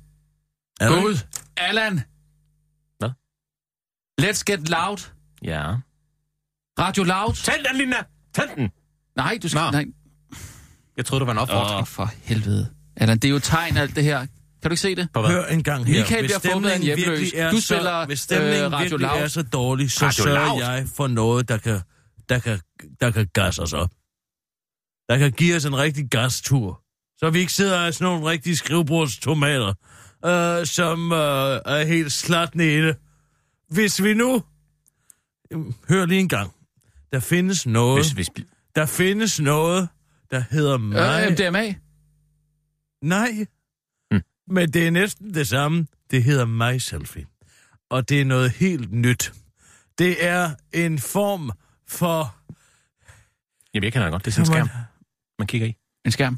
Er du Gå ud. ikke? Allan! Hvad? Let's Get Loud. Ja. Radio Loud. Tænd den, Linda! Tænd den! Nej, du skal... Nå. Nej. Jeg troede, det var en opfordring. Åh, for helvede. Allan, det er jo tegn alt det her. Kan du ikke se det? På hvad? Hør en gang her. Michael Hvis bliver fubbet af en stemningen hjemløs. virkelig er Du så- spiller, Hvis stemningen øh, Radio virkelig Loud. er så dårlig, så Radio sørger Loud. jeg for noget, der kan, der kan, der kan gas os op. Der kan give os en rigtig gastur. Så vi ikke sidder af sådan nogle rigtige skrivebordstomater, øh, som øh, er helt slatne i det. Hvis vi nu... Jamen, hør lige en gang. Der findes noget... Hvis vi spil- Der findes noget, der hedder mig... Øh, M D M A. Nej, Hmm. men det er næsten det samme. Det hedder MySelfie. Og det er noget helt nyt. Det er en form for... Jamen, jeg kender det godt. Det er sådan en Come skærm, man kigger i. En skærm.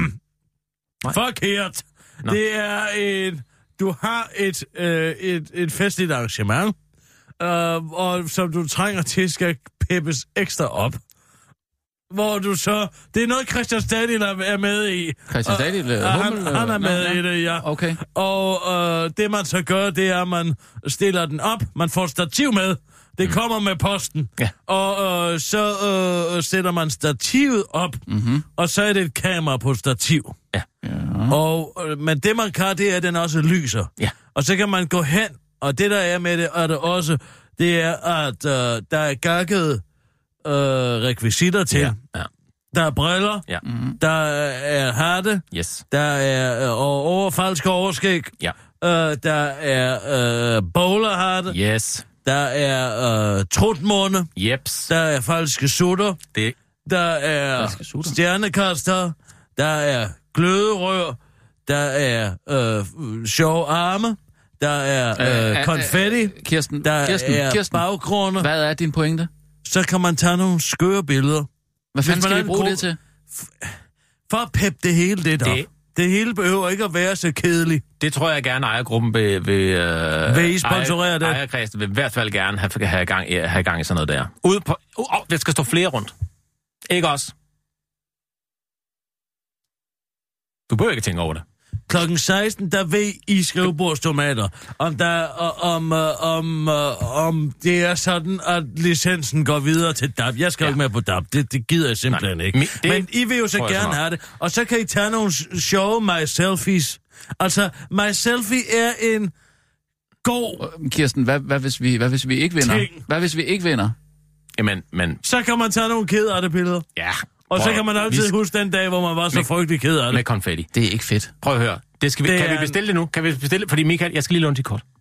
Nej. Forkert. Nå. Det er en... Du har et, øh, et, et festligt arrangement, øh, og som du trænger til, skal peppes ekstra op. Hvor du så... Det er noget, Christian Stadil er med i. Christian Stadil, Og- øh, og han, Hummel, øh, han er nå, med ja. i det, ja. Okay. Og øh, det, man så gør, det er, at man stiller den op. Man får stativ med. Det Mm. kommer med posten. Ja. Og øh, så øh, sætter man stativet op, Mm-hmm. og så er det et kamera på stativ. Ja. Og, øh, men det, man kan, det er, at den også lyser. Ja. Og så kan man gå hen, og det, der er med det, er det også, det er, at øh, der er gakket øh, rekvisitter til. Ja. ja. Der er briller, Ja. Mm-hmm. der er hatte, Yes. der er øh, over, falske overskæg, Ja. øh, der er øh, bowlerhatte, Yes. der er øh, trutmunde, Jeps. der er falske sutter, Det. der er Falske sutter? stjernekaster, der er gløderør, der er øh, sjove arme, der er øh, Øh, konfetti, øh, Kirsten, der Kirsten, er Kirsten. baggrunde. Hvad er din pointe? Så kan man tage nogle skøre billeder. Hvad fanden Hvis man skal er vi en bruge gruppe- det til? For at peppe det hele lidt op. Det- Det hele behøver ikke at være så kedeligt. Det tror jeg gerne, ejergruppen vil... vil øh, Vil I sponsorere ejer, det? Ejerkredsen vil i hvert fald gerne have, have, gang, i- have gang i sådan noget der. Ude på... Uh, oh, det skal stå flere rundt. Ikke også? Du behøver ikke tænke over det. Klokken seksten, der ved I skrivebordstomater, om, der, om, øh, om, øh, om det er sådan, at licensen går videre til D A B. Jeg skal ja. Ja. ikke med på D A B. Det, det gider jeg simpelthen Nej, ikke. mi- det Men I vil jo så tror jeg så gerne nok. have det. Og så kan I tage nogle s- sjove my-selfies. Altså, my-selfie er en god Øh, Kirsten, hvad, hvad, hvis vi, hvad hvis vi ikke vinder? Ting. Hvad hvis vi ikke vinder? Jamen, men... Så kan man tage nogle ked af det billeder. Ja. Og så prøv- kan man vi altid skal- huske den dag, hvor man var så Med- frygtelig ked af Med det. konfetti. Det er ikke fedt. Prøv at høre. Det skal vi, Det kan er vi bestille det nu? Kan vi bestille det? Fordi Michael, jeg skal lige låne dit kort.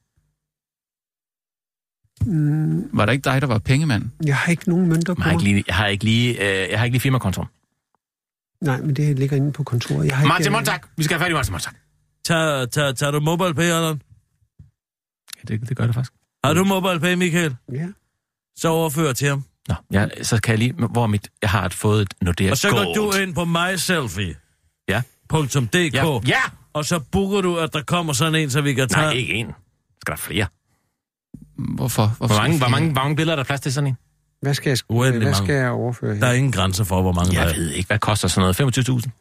Mm, Var det ikke dig, der var pengemand? jeg har ikke nogen mønter på Jeg har ikke mig. lige, jeg har ikke lige, øh, jeg har ikke lige firmakontoen. Nej, men det ligger inde på kontoret. Jeg har Martin ikke, Montak. Vi skal have fat i Martin Montak. Tag, tag, tager du MobilePay, Allan? Ja, det, det gør det faktisk. Har du MobilePay, Michael? Ja. Så overfør til ham. Nå, ja, så kan jeg lige... Hvor er mit... Jeg har et fået et Nordea Og så går Gold. du ind på myselfie Ja. punktum d k, Ja. Ja! og så booker du, at der kommer sådan en, så vi kan tage... Nej, ikke en. Skal der flere? Hvorfor? Hvorfor Hvor mange, skal hvor vi- mange, hvor mange billeder er der plads til sådan en? Hvad skal jeg, Uendelig hvad mange. skal jeg overføre her? Der er ingen grænser for, hvor mange der Jeg er. ved ikke, hvad koster sådan noget? femogtyve tusind?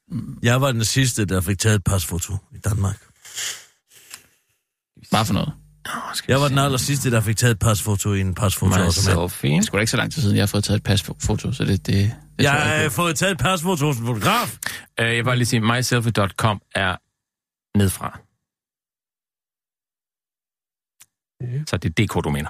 Jeg var den sidste, der fik taget et pasfoto i Danmark. Hvad for noget? Jeg var den aller sidste, der fik taget et pasfoto i en pasfoto. Det er sgu da ikke så lang tid siden, jeg har fået taget et pasfoto, så det... det, det jeg har fået taget et pasfoto hos en fotograf. Uh, jeg vil bare lige sige, myselfie punktum com er nedfra. Ja. Så det er D K, du mener.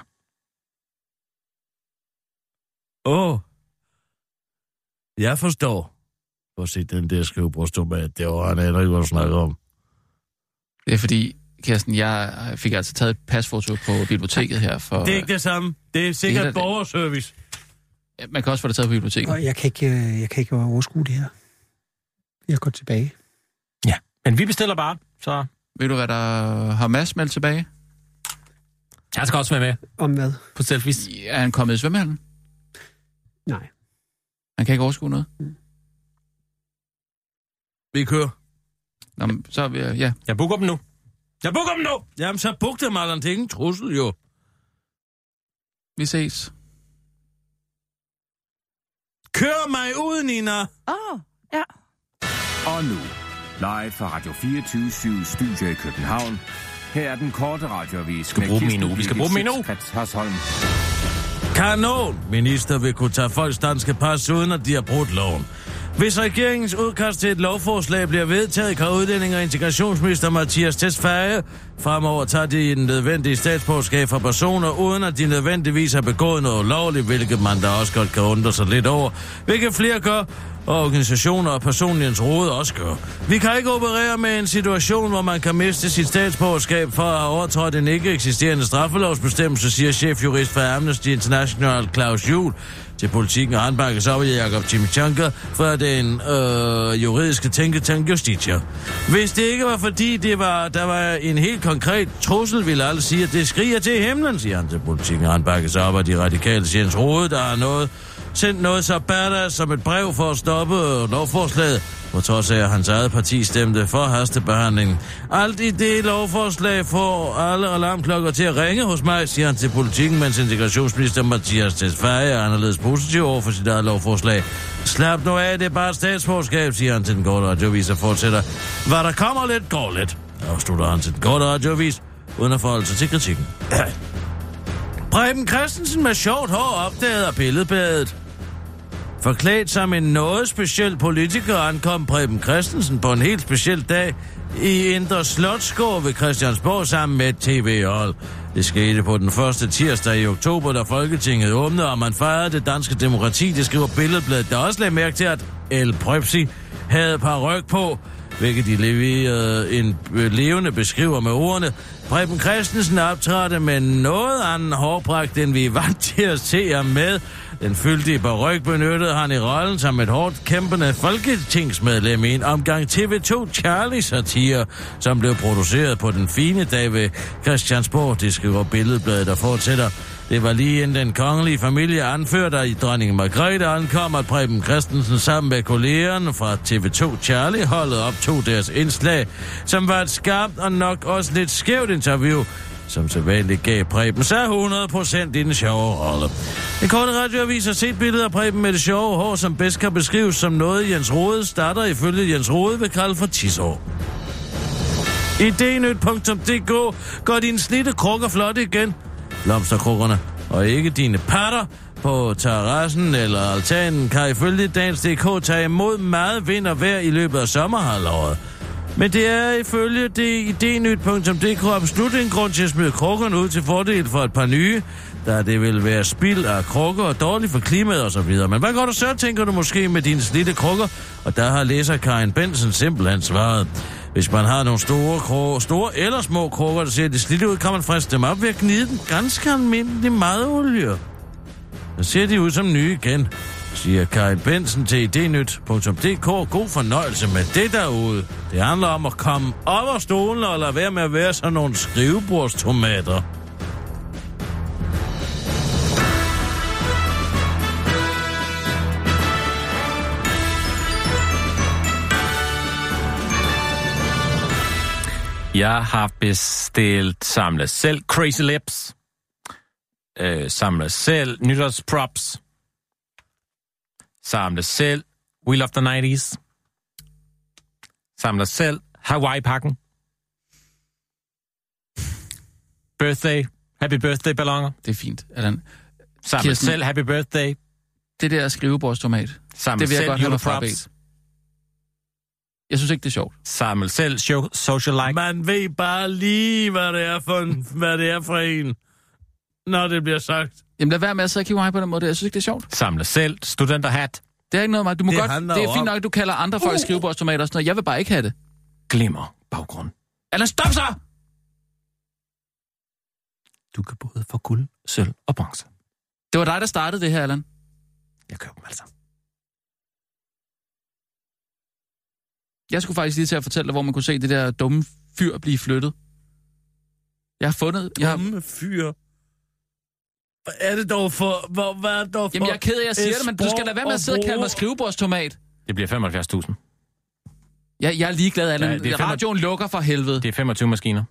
Åh. Oh. Jeg forstår. Prøv at se den der skrivebordstomat, det var han ikke, hvad du snakker om. Det er fordi, Kirsten, jeg fik altså taget et pasfoto på biblioteket her for... Det er ikke det samme. Det er sikkert det borgerservice. Ja, man kan også få det taget på biblioteket. Jeg kan ikke, jeg kan ikke overskue det her. Jeg går tilbage. Ja, men vi bestiller bare, så... Ved du, hvad der har Mads meldt tilbage? Jeg skal også være med. Om hvad? På selfies. Er han kommet i svømmehallen? Nej. Han kan ikke overskue noget? Mm. Vi kører. Nå, men så er vi... Ja. Jeg booker dem nu. Jeg booker dem nu! Jamen, så book dem, Allan. Det er ingen trussel, jo. Vi ses. Kør mig ud, Nina! Åh, oh, ja. Og nu, live fra Radio fireogtyve syv Studio i København. Her er den korte radioavis. Vi skal bruge dem endnu. Vi skal bruge dem endnu. Kanon! Minister vil kunne tage folks danske pas, uden at de har brudt loven. Hvis regeringens udkast til et lovforslag bliver vedtaget, kan udlænding- og integrationsminister Mattias Tesfaye fremover tage de nødvendige statsborgerskab fra personer, uden at de nødvendigvis har begået noget lovligt, hvilket man da også godt kan undre sig lidt over, hvilket flere gør, og organisationer og personligens råd også gør. Vi kan ikke operere med en situation, hvor man kan miste sit statsborgerskab for at have overtrådt en ikke eksisterende straffelovsbestemmelse, siger chefjurist for Amnesty International Claus Juhl til Politikken, og han bakkes op af Jakob Chimichanka fra den øh, juridiske tænketank Justitia. Hvis det ikke var fordi, det var, der var en helt konkret trussel, ville alle sige, at det skriger til himlen, siger han til Politikken, og han bakkes op af de radikale Jens Rode, der har noget, sendt noget så badass som et brev for at stoppe lovforslaget, på trods af, at hans eget parti stemte for hastebehandlingen. Alt i det lovforslag får alle alarmklokker til at ringe hos mig, siger han til Politikken, mens integrationsminister Mattias Tesfaye er anderledes positiv over for sit eget lovforslag. Slap nu af, det er bare statsborgerskab, siger han til den korte radioavis og fortsætter. Hvad der kommer lidt, går lidt, afslutter han til den korte radioavis, uden at forholde sig til kritikken. Preben Christensen med sjovt hår opdaget af billedbadet. Forklædt som en noget speciel politiker ankom Preben Christensen på en helt speciel dag i Indre Slotsgård ved Christiansborg sammen med et tv-hold. Det skete på den første tirsdag i oktober, da Folketinget åbnede, og man fejrede det danske demokrati. Det skriver Billedbladet, der også lagde mærke til, at El Prepsi havde paryk på, hvilket de leverede en levende beskriver med ordene. Preben Christensen optrådte med noget anden hårpragt, end vi er vant til at se ham med. Den fyldige paryk benyttede han i rollen som et hårdt kæmpende folketingsmedlem i en omgang T V to Charlie-satire, som blev produceret på den fine dag ved Christiansborg. Det skriver Billedbladet, der fortsætter. Det var lige inden den kongelige familie anført af dronning Margrethe ankom, at Preben Christensen sammen med kollegerne fra T V to Charlie-holdet optog deres indslag, som var et skarpt og nok også lidt skævt interview, som sædvanligt gav Preben sig hundrede procent i den sjove rolle. En korte radioavis har set billeder af Preben med det sjove hår, som bedst kan beskrives som noget Jens Rode starter ifølge Jens Rode ved kalde for tishår. I d nyt punktum d k går dine slidte krukker flot igen. Blomsterkrukkerne og ikke dine patter på terrassen eller altanen kan ifølge Dagens punktum d k tage imod meget vind og vejr i løbet af sommerhalvåret. Men det er ifølge det i d nyt punktum d k absolut en grund til at smide krukkerne ud til fordel for et par nye, da det vil være spild af krukker og dårligt for klimaet og så videre. Men hvad går du så, tænker du måske med dine slidte krukker? Og der har læser Karin Benson simpelthen svaret. Hvis man har nogle store, krukker, store eller små krukker, der ser lidt slidte ud, kan man friste dem op ved at gnide den ganske almindelig madolie. Så ser de ud som nye igen, siger Karin Benson til i d nyt punktum d k. God fornøjelse med det derude. Det handler om at komme op af stolen og lade være med at være sådan nogle skrivebordstomater. Jeg har bestilt samle selv Crazy Lips, øh, samle selv nytårsprops, samle selv We Love the nineties, samle selv Hawaii-pakken, Birthday. Happy birthday, balloner. Det er fint, Allan. Samle selv happy birthday. Det der skrivebordstomat. Samle det vil jeg selv godt have mig juleprops. frabedt. Jeg synes ikke, det er sjovt. Samle selv show, social like. Man ved bare lige, hvad det er for en, hvad det er for en, når det bliver sagt. Jamen lad være med at sidde og kigge mig på den måde. Jeg synes ikke, det er sjovt. Samle selv studenterhat. Det er ikke noget, du må det godt. Det er fint nok, at du kalder andre folk uh. skrivebordstomater og sådan noget. Jeg vil bare ikke have det. Glimmer baggrund. Allan, stop så! Du kan både få guld, sølv og bronze. Det var dig, der startede det her, Allan. Jeg køber dem altså. Jeg skulle faktisk lige til at fortælle dig, hvor man kunne se det der dumme fyr blive flyttet. Jeg har fundet... Jeg har... Dumme fyr? Hvad er det dog for... Hvor, hvad er det dog for... Jamen, jeg er ked af at sige det, men du skal lade være med at sidde og kalde mig skrivebordstomat. Det bliver femoghalvfjerds tusind. Ja, jeg er ligeglad, Allan. Ja, radioen lukker for helvede. Det er femogtyve maskiner.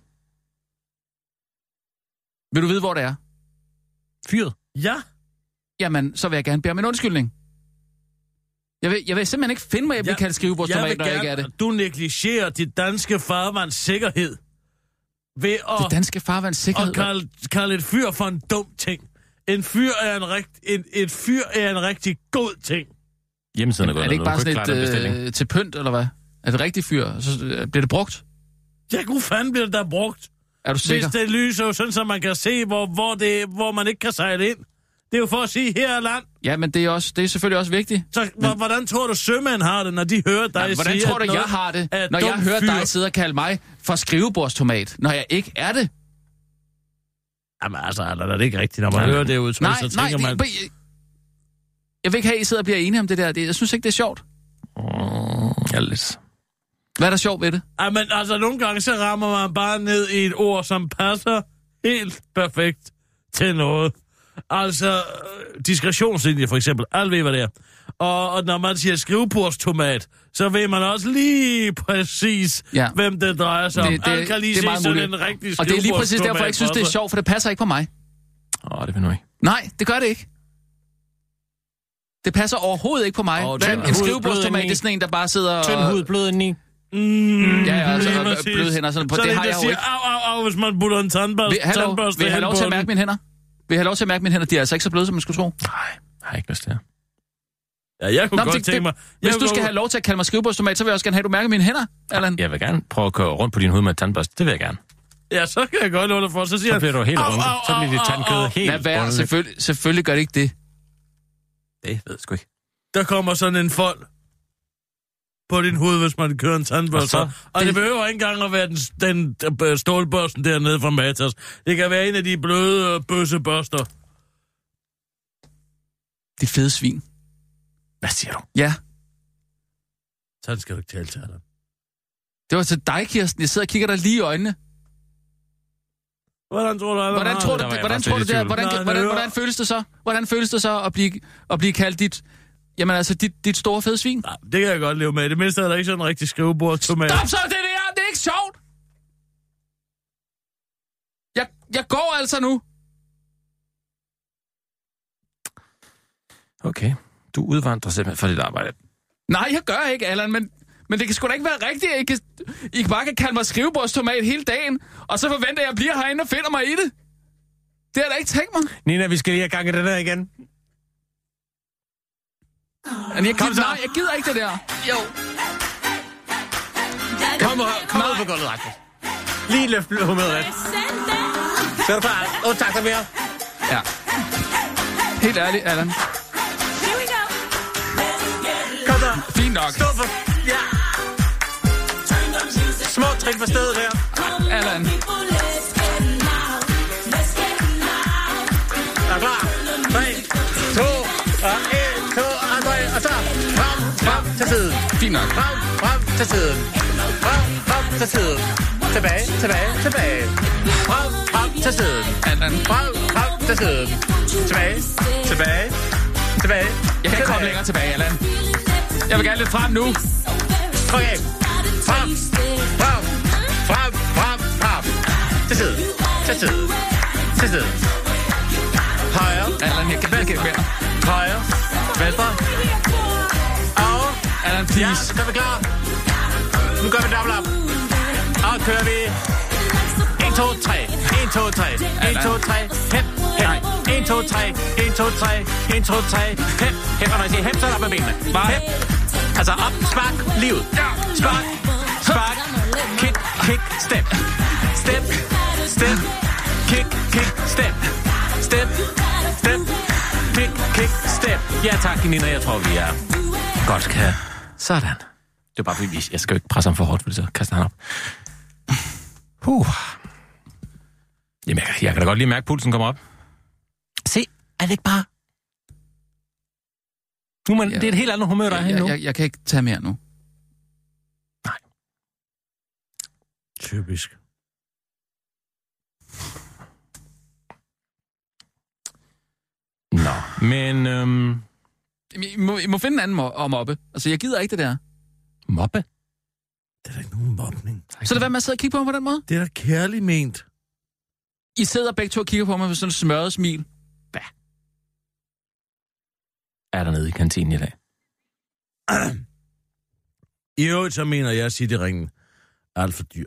Vil du vide, hvor det er? Fyret? Ja. Jamen, så vil jeg gerne bede om en undskyldning. Jeg vil, jeg vil simpelthen ikke finde mig, at jeg bliver kaldt skrivebordstomat, når jeg ikke er det. Du negligerer dit danske farvands sikkerhed. Ved at... Det danske farvands sikkerhed? Og kalde, kalde et fyr for en dum ting. En fyr er en, rigt, en, et fyr er en rigtig god ting. Hjemmesiden er, er det ikke bare sådan et øh, til pynt, eller hvad? Er det rigtigt fyr? Så bliver det brugt? Ja, gud fanden bliver det der brugt. Er du sikker? Hvis det lyser jo sådan, så man kan se, hvor, hvor, det, hvor man ikke kan sejle ind. Det er jo for at sige, her er land. Ja, men det er, også, det er selvfølgelig også vigtigt. Så men... hvordan tror du, sømænd har det, når de hører dig ja, hvordan sige, tror du, jeg har det, når jeg hører fyr. dig sidde og kalde mig for skrivebordstomat, når jeg ikke er det? Jamen altså, er det ikke rigtigt, når man nej, hører det udtryk, nej, så tænker nej, man... Det, jeg, jeg vil ikke have, at I sidder og bliver enige om det der. Det, jeg synes ikke, det er sjovt. Mm, ja, lidt. Hvad er der sjovt ved det? Jamen altså, nogle gange så rammer man bare ned i et ord, som passer helt perfekt til noget. Altså, diskretionslinje for eksempel. Alle ved, hvad det er. Og, og når man siger skrivebordstomat, så ved man også lige præcis, ja. hvem det drejer sig om. Det, det, Alle kan lige det er se sådan en rigtig og det er lige præcis derfor, jeg ikke synes, det er sjovt, for det passer ikke på mig. Åh, oh, det vil nu ikke. Nej, det gør det ikke. Det passer overhovedet ikke på mig. Oh, en en skrivebordstomat, det er sådan en, der bare sidder og... Tynd hud, blød indeni. Mm, ja, ja, altså, og bløde hænder. Sådan på. Så det, det har jeg jo siger, ikke. Au, au, au, hvis man putter en tandbørste, vil, hallo, tandbørste vil jeg have lov til at mærke mine hænder? Vil jeg have lov til at mærke mine hænder? De er altså ikke så bløde, som man skulle tro. Nej, jeg har ikke lyst til det. Ja, jeg kunne Nå, godt det, tænke mig... Hvis du skal gå... have lov til at kalde mig skrivebordstomat, så vil jeg også gerne have, at du mærker mine hænder, Allan. Jeg vil gerne prøve at køre rundt på din hud med tandbørste. Det vil jeg gerne. Ja, så kan jeg godt lade dig for. Så siger så bliver du helt rundt. Så bliver dit tandkød helt rundt. Lad være, selvfølgelig, selvfølgelig gør det ikke det. Det ved jeg sgu ikke. Der kommer sådan en fold på din hoved, hvis man kører en tandbørste. Og, og det... det behøver ikke engang at være den, den stålbørsten dernede fra Matas. Det kan være en af de bløde bøssebørster. Det fede svin. Hvad siger du? Ja. Sådan skal du ikke tale til dig. Det var til dig, Kirsten. Jeg sidder og kigger dig lige i øjnene. Hvordan tror du, hvordan tror du, det? Hvordan tror du det? Hvordan, Nej, hvordan, hvordan føles det så? Hvordan føles det så at blive, at blive kaldt dit... Jamen altså, dit, dit store fede svin? Ja, det kan jeg godt leve med. Det mindste er der ikke sådan en rigtig skrivebord. Stop så det der! Det er ikke sjovt! Jeg, jeg går altså nu. Okay. Du udvandrer simpelthen fra dit arbejde. Nej, jeg gør ikke, Allan, men, men det kan sgu da ikke være rigtigt, at I, kan, I bare kan kalde mig skrivebordstomat hele dagen, og så forventer jeg, at jeg bliver herinde og finder mig i det. Det har da ikke tænkt mig. Nina, vi skal lige have gang i det der igen. Men jeg gider, nej, jeg gider ikke det der. Jo. Kom, kom ud på gulvet, Rasmus. Lige løft humøret lidt. Så er du klar. Åh, tak så mere. Ja. Helt ærligt, Allan. Kom så. Fint nok. Stå for... Ja. Små trin på stedet her. Allan. Er klar? tre, to, og en, to, og tre, og så frem, frem til siden. Fint nok. Frem, frem til siden. Frem, frem til siden. Tilbage, tilbage, tilbage. Frem, frem til siden. Allan. Frem, frem til siden. Tilbage, tilbage, tilbage. Jeg kan ikke komme længere tilbage, Allan. Jeg vil gerne lidt frem nu. Okay. Frem, frem, frem, frem, frem. Til siden, til siden, til siden. Højre. Allan, jeg kan ikke mere. Højre. Venstre. Og... Allan, please. Ja, så er vi klar. Nu gør vi dobbelt op. Og kører vi... en, to, tre. en, to, tre. en, to, tre. Hep, hep. en, to, tre. en, to, tre. en, to, tre. Hep, hep. Og når jeg siger hep, så er der op med benene. Hep. Altså op, spark, livet. Spark, spark. Kick, kick, step. Step, step. Kick, kick, step. Step, step. Kick, kick, step. Ja tak, Nina, jeg tror, vi er godt kan. Sådan. Det er bare fordi, jeg skal jo ikke presse ham for hårdt, fordi så kaster han op. Huh. Jamen, jeg, jeg kan da godt lige mærke, at pulsen kommer op. Se, er det ikke bare... Nu, man, ja. Det er et helt andet humør, der er jeg, nu. Jeg, jeg, jeg kan ikke tage mere nu. Nej. Typisk. Nå, men... Øhm... I må, I må finde en anden mo- og mobbe. Altså, jeg gider ikke det der. Mobbe? Det er da ikke nogen mobning. Så det hvad med at sidde og kigge på mig på den måde? Det er da kærligt ment. I sidder begge to og kigger på mig med sådan et smørret smil. Hvad? Er der nede i kantinen i dag? I øvrigt så mener jeg, at Cityringen er alt for dyr.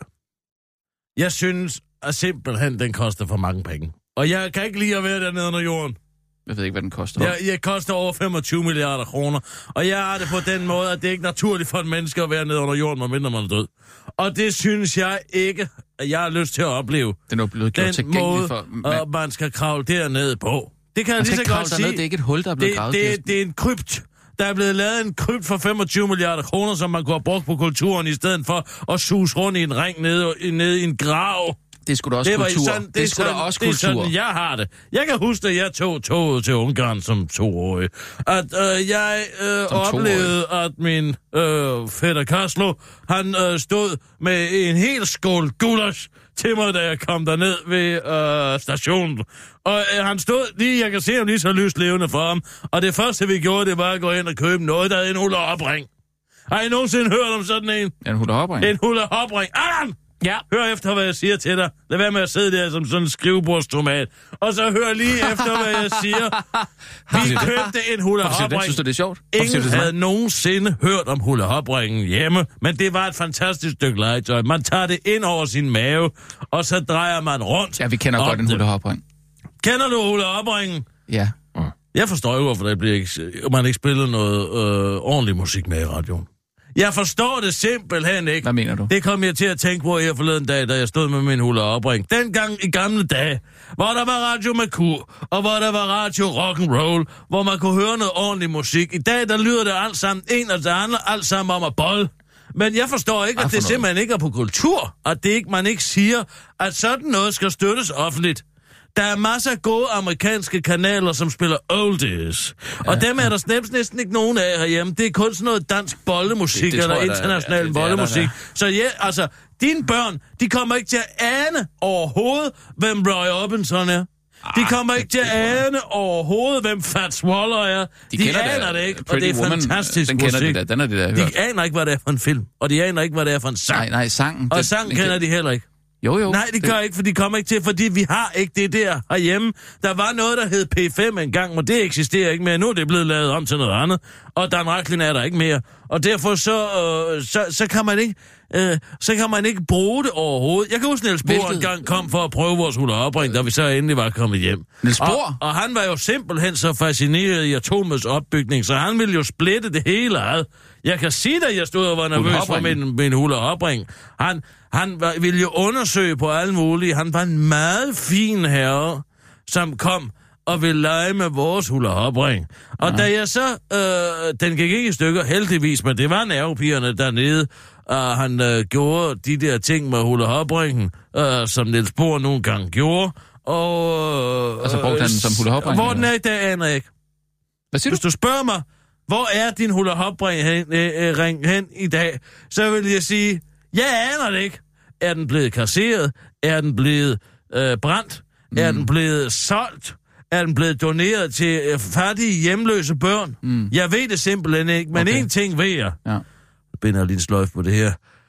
Jeg synes, at simpelthen den koster for mange penge. Og jeg kan ikke lide at være dernede under jorden. Jeg ved ikke, hvad den koster. Jeg, jeg koster over femogtyve milliarder kroner. Og jeg har det på den måde, at det ikke er naturligt for et menneske at være nede under jorden, medmindre man er død. Og det synes jeg ikke, at jeg har lyst til at opleve. Den er blevet gjort tilgængelig for... Den måde, man skal kravle dernede på. Det kan man jeg lige så godt sige. Det er ikke et hul, der er blevet det, gravet. Det, det er en krypt. Der er blevet lavet en krypt for femogtyve milliarder kroner, som man kunne have brugt på kulturen, i stedet for at suse rundt i en ring nede, nede i en grav. Det er sgu da også det kultur. Sådan, det, det er sgu da også det kultur. Det er sådan, jeg har det. Jeg kan huske, at jeg tog toget til Ungarn som toårig. At øh, jeg øh, oplevede, at min øh, fætter Kaslo, han øh, stod med en hel skål gulasch til mig, da jeg kom derned ved øh, stationen. Og øh, han stod lige, jeg kan se ham lige så lyst levende for ham. Og det første, vi gjorde, det var at gå ind og købe noget, der hed en hula-hopring. Har I nogensinde hørt om sådan en? En hula-hopring? En hula-hopring. Allan! Ja. Hør efter, hvad jeg siger til dig. Lad være med at sidde der som sådan en skrivebordstomat. Og så hør lige efter, hvad jeg siger. Vi købte en hula-hopring. Synes du, det er sjovt? Ingen havde nogensinde hørt om hula-hopringen hjemme, men det var et fantastisk stykke legetøj. Man tager det ind over sin mave, og så drejer man rundt. Ja, vi kender godt en hula-hopring. Kender du hula-hopringen? Ja. Jeg forstår jo, hvorfor der bliver ikke, man ikke spiller noget øh, ordentlig musik med i radioen. Jeg forstår det simpelthen ikke. Hvad mener du? Det kom jeg til at tænke på her forleden dag, da jeg stod med min hula-hopring. Dengang i gamle dage, hvor der var radio med kur, og hvor der var radio rock and roll, hvor man kunne høre noget ordentlig musik. I dag, der lyder det alt sammen en og det andet, alt sammen om at bold. Men jeg forstår ikke, at det simpelthen ikke er på kultur, at det ikke, man ikke siger, at sådan noget skal støttes offentligt. Der er masser af gode amerikanske kanaler, som spiller oldies. Ja, og dem er der snæbt næsten ikke nogen af herhjemme. Det er kun sådan noget dansk bollemusik, det, det eller international ja, bollemusik. Så ja, altså, dine børn, de kommer ikke til at ane overhovedet, hvem Roy Orbison er. De kommer ikke til at ane overhovedet, hvem Fats Waller er. De, de aner det ikke, og det er Woman, fantastisk den musik. De, der. Den er det, der de hørt. aner ikke, hvad det er for en film, og de aner ikke, hvad det er for en sang. Nej, nej, sangen. Og det, sangen kender de heller ikke. Jo, jo. Nej, det gør ikke, for de kommer ikke til, fordi vi har ikke det der herhjemme. Der var noget, der hed P fem engang, og det eksisterer ikke mere. Nu er det blevet lavet om til noget andet, og Dan Racklin er der ikke mere. Og derfor så, øh, så, så, kan man ikke, øh, så kan man ikke bruge det overhovedet. Jeg kan huske, Niels Bohr engang kom for at prøve vores hula-hopring, da vi så endelig var kommet hjem. Niels Bohr? Og, og han var jo simpelthen så fascineret i atomets opbygning, så han ville jo splitte det hele ad. Jeg kan sige, at jeg stod og var nervøs for min, min hula-hopring. Han... Han var, ville jo undersøge på alle mulige. Han var en meget fin herre, som kom og ville lege med vores hula-hopring. Og ja. Da jeg så... Øh, den gik ikke i stykker, heldigvis, men det var nervepigerne dernede, og han øh, gjorde de der ting med hula-hopringen, øh, som Niels Bohr nogle gange gjorde. Og, øh, og så brugte han den som hula-hopring? Hvor den er i dag, aner jeg ikke. Hvad siger du? Hvis du spørger mig, hvor er din hula-hopring hen, øh, ring hen i dag, så vil jeg sige... Jeg aner det ikke. Er den blevet kasseret? Er den blevet øh, brændt? Mm. Er den blevet solgt? Er den blevet doneret til øh, fattige, hjemløse børn? Mm. Jeg ved det simpelthen ikke, men okay. En ting ved jeg. Ja. Jeg binder lige en sløjf på det her.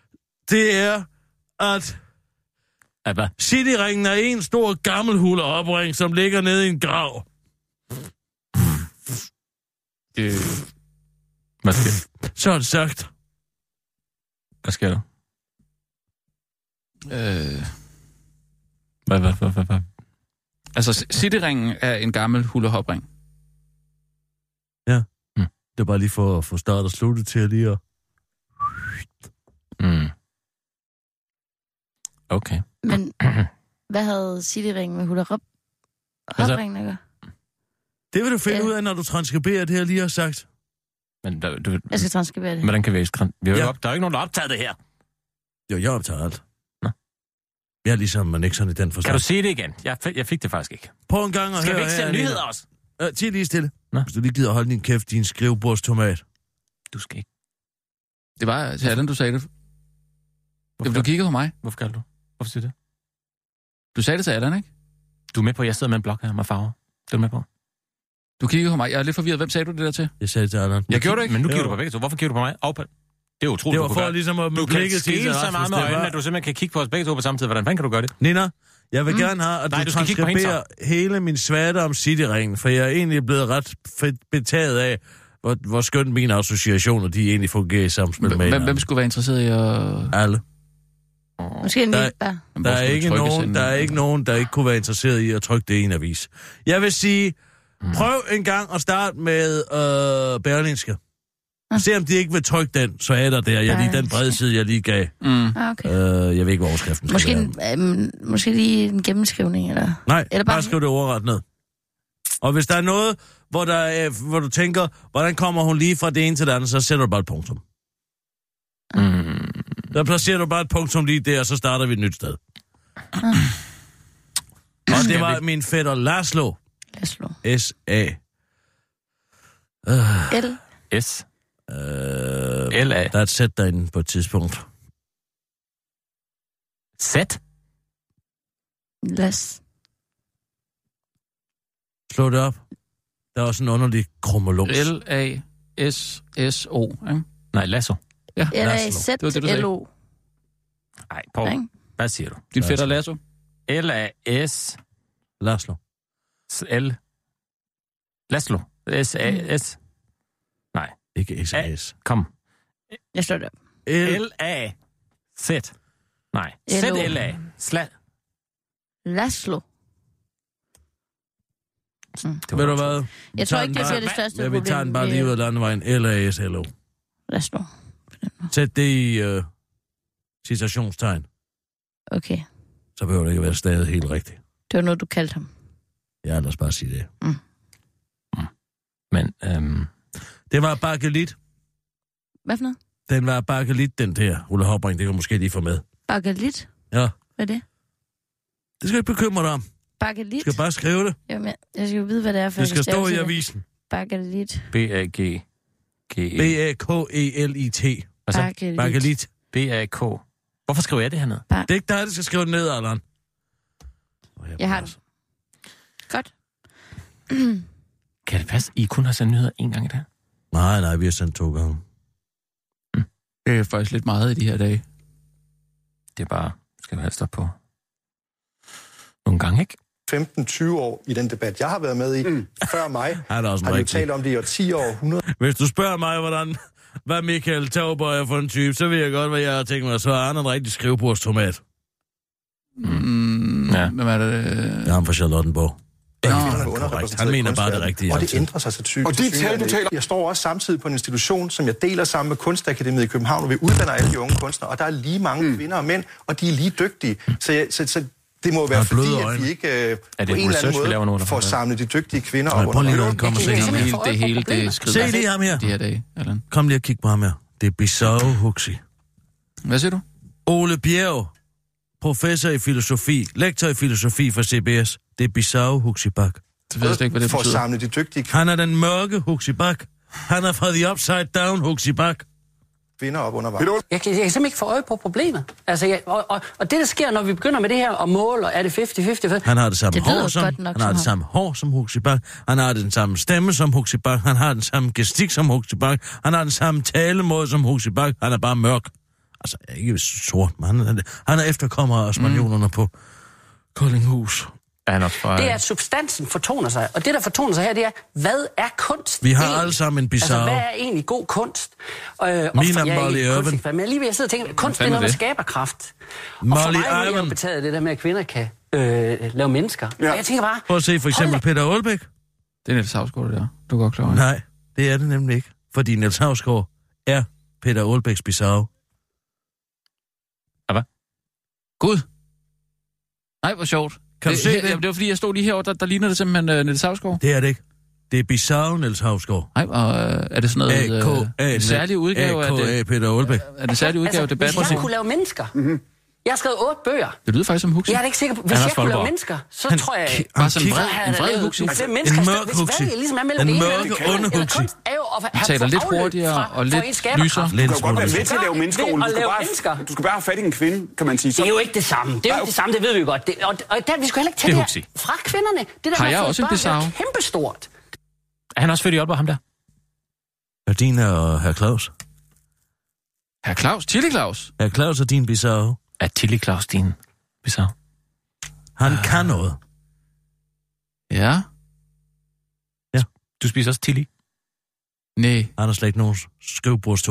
Det er, at Hvad? Cityringen er en stor gammel hula-hopring, som ligger nede i en grav. Øh. Hvad sker der? Så er det sagt. Hvad sker der? Øh... Hvad, hvad, hvad, hvad, hvad? Altså, Cityringen er en gammel hula-hop-ring. Ja. Mm. Det er bare lige for at få start og sluttet til lige at... Mm. Okay. Men hvad havde Cityringen med hula-hop-ringen at gøre? Det vil du finde Ja. ud af, når du transkriberer det, jeg lige har sagt. Men der, du, Jeg skal transkribere det. hvordan kan vi ikke... Vi har jo Ja. op, der er jo ikke nogen, der har optaget det her. Jo, jeg optager alt. Nå. Jeg er ligesom man ikke sådan i den forstand. Kan du sige det igen? Jeg, fik- jeg fik det faktisk ikke. Prøv en gang at Skal høre vi ikke se her, nyheder Nina. også? Øh, tig lige stille. Nå. Hvis du lige gider holde din kæft, din skrivebordstomat. Du skal ikke. Det var til Allan, du sagde det. Hvorfor, Du kiggede på mig. Hvorfor gør du? Hvorfor siger du det? Du sagde det til Allan, ikke? Du er med på, at jeg sidder med en blok her med farver. Det er du med på? Du kiggede på mig. Jeg er lidt forvirret. Hvem sagde du det der til? Jeg sagde det til Allan. Jeg gjorde det ikke. Men nu kigger Jo. du på begge to. Hvorfor kigger du på mig? Afpad. Det er utroligt, Det var du kunne for gøre. ligesom at Du med kan blikket til skille så Rasmus, meget med det var- øjnene, at du simpelthen kan kigge på os begge to på samme tid. Hvordan fanden kan du gøre det? Nina, jeg vil mm. gerne have, at Nej, du, du skal kigge på hende transkriberer hele min sværte om Cityringen, for jeg er egentlig blevet ret fedt betaget af, hvor, hvor skønt mine associationer, de egentlig fungerer i samspil med Hvem, hinanden. hvem skulle være interesseret i at... Alle. Måske en Der- lille bær. Der er, ikke nogen, der er ikke nogen, der ikke kunne være interesseret i at trykke det i en avis. Jeg vil sige, prøv en gang at starte med øh, Berlingske. Se om de ikke vil trykke den, så er der der. Jeg lige den brede side, jeg lige gav. Mm. Ah, okay. Øh, jeg ved ikke, hvor overskriften skal Måske, være. en, øhm, måske lige en gennemskrivning, eller... Nej, eller bare- bare skriv det ordret ned. Og hvis der er noget, hvor, der er, hvor du tænker, hvordan kommer hun lige fra det ene til det andet, så sætter du bare et punktum. Mm. Der placerer du bare et punktum lige der, og så starter vi et nyt sted. Ah. Og det var min fætter Laszlo. Laszlo. S A L. S. Øh, L A. Der er et sæt derinde på et tidspunkt. Z. Las. Slå det op. Der er også en underlig kromolog. L A S S O, ikke? Nej, Lasso. Ja. L A Z Det var det, du sagde. L O. Nej, Paul. Ikke? Hvad siger du? Din fætter Lasso. L A S Laszlo. L. Laszlo. S A S. Nej. Ikke S A S. Kom. Jeg slår det op. L A Z. Nej. Z L O. L A. Sla. Laszlo. Mm. Ved du hvad? Jeg tror ikke, det bliver det største ja, problem. vi tager den bare lige ud af landevejen. L A S L O. Laszlo. Sæt det i uh, citationstegn. Okay. Så behøver det ikke være stadig helt rigtigt. Det var noget, du kaldte ham. Ja, lad os bare sige det. Mm. Mm. Men, øhm... Det var bakelit. Hvad for noget? Den var bakelit, den der. Ulla Hopring, det kan du måske lige få med. Bakelit? Ja. Hvad er det? Det skal du ikke bekymre dig om. Bakelit? Du skal bare skrive det. Jamen, jeg, jeg skal jo vide, hvad det er. For Det skal stå i det. avisen. Bakelit. B A G G E. B A K E L I T. Hvad så? Bakelit. Bakelit. B A K. Hvorfor skriver jeg det hernede? Ba- Det er ikke dig, der skal skrive det ned, Allan. Jeg har den. Godt. Kan det passe, I kun har sendt nyheder en gang i dag? Nej, nej, vi har sendt to gange. Det er faktisk lidt meget i de her dage. Det er bare, skal vi helst op på nogle gange, ikke? femten tyve år i den debat, jeg har været med i, mm. før mig, har har også de jo rigtig. talt om det i ti år, hundrede. Hvis du spørger mig, hvordan, hvad Michael Tauber er for en type, så ved jeg godt, hvad jeg har tænkt mig. Så er han en rigtig skrivebordstomat. Mm, ja. Hvem er det? Det er ham fra Charlottenborg. Ja, han mener bare det rigtige. Og det ændrer sig til tyve. Og de tal, du taler... Jeg står også samtidig på en institution, som jeg deler sammen med Kunstakademiet i København, hvor vi uddanner alle de unge kunstnere, og der er lige mange mm. kvinder og mænd, og de er lige dygtige. Så, jeg, så, så det må være fordi, at vi ikke øh, på en eller anden måde får samlet de dygtige kvinder op Prøv lige under at komme og se ham. Det hele, det skrider. Se lige ham her. De her dage, Allan. Kom lige og kig på ham her. Det er Bizarro Huxi. Hvad siger du? Ole Bjerg, professor i filosofi, lektor i filosofi for C B S. Det er Bizarro Huxi Bak. Det ved jeg ikke, hvad det for betyder. at samle de dygtige Han er den mørke Huxi Bak. Han er fra The Upside Down Huxi Bak. kvinder op under vej. Jeg kan, jeg kan simpelthen ikke få øje på problemet. Altså, jeg, og, og, og det, der sker, når vi begynder med det her og måler, er det halvtreds halvtreds? Han har det samme Det lyder hår som, godt nok han har som det ham. samme hår som Huxi Bak. Han har den samme stemme som Huxi Bak. Han har den samme gestik som Huxi Bak. Han har den samme talemåde som Huxi Bak. Han er bare mørk. Altså, ikke sort, men han er, han er efterkommer af spanjolerne mm. på Koldinghus. Er han også fra... Det er, at substansen fortoner sig. Og det, der fortoner sig her, det er, hvad er kunst? Vi har egentlig? alle sammen en bizarre. Altså, hvad er egentlig god kunst? Øh, Min er jeg Molly ikke Irvin. kunstner, men jeg lige ved at sidde og tænke, kunst det er noget, der skaber kraft. Og Molly for mig er jeg Irvin. jo betaget af det der med, at kvinder kan øh, lave mennesker. Ja. Og jeg tænker bare... Prøv at se for eksempel Peter Aalbæk. Det er Niels Hausgaard, det der. Du er godt klar over. Nej, det er det nemlig ikke. Fordi Niels Hausgaard er Peter Aalbæks Bizarro. Ja, hvad? Gud. Nej, hvor sjovt. Kan det, du se her, det? Jamen, det var fordi, jeg stod lige herovre, der, der ligner det simpelthen uh, Niels Hausgaard. Det er det ikke. Det er Bizarro Niels Hausgaard. Nej, og uh, er det sådan noget... A K A uh, en særlig udgave af det? A K A Peter Aalbæk. Er det en særlig udgave af altså, debatten? Hvis jeg kunne lave mennesker... Mm-hmm. Jeg har skrevet otte bøger. Det lyder faktisk som Huxi. Jeg er ikke sikker på, hvis jeg kunne lave mennesker, så han, tror jeg... Han, bare sådan en vred, en vred Huxi. Altså, en mørk Huxi. Ligesom en mørk onde Huxi. Han taler lidt hurtigere og lidt lysere. Du kan jo godt være med til at lave mennesker, Ole. Du skal, bare, du skal bare have fat i en kvinde, kan man sige. Det er jo ikke det samme. Det er jo ikke det samme, det ved vi godt. Det, og, og der, vi skal heller ikke tage det, det fra kvinderne. Det der har jeg også en bizarre? Det er kæmpestort. Er han også født i Aalborg, ham der? Er din og herr Claus? Herr Claus? Tilly Claus? Herr Claus er din Bizarro. Er Tilly Claus din Bizarro? Han uh, kan noget. Ja. Ja. Du spiser også Tilly? Nej. Han har slet ikke nogen skrivebords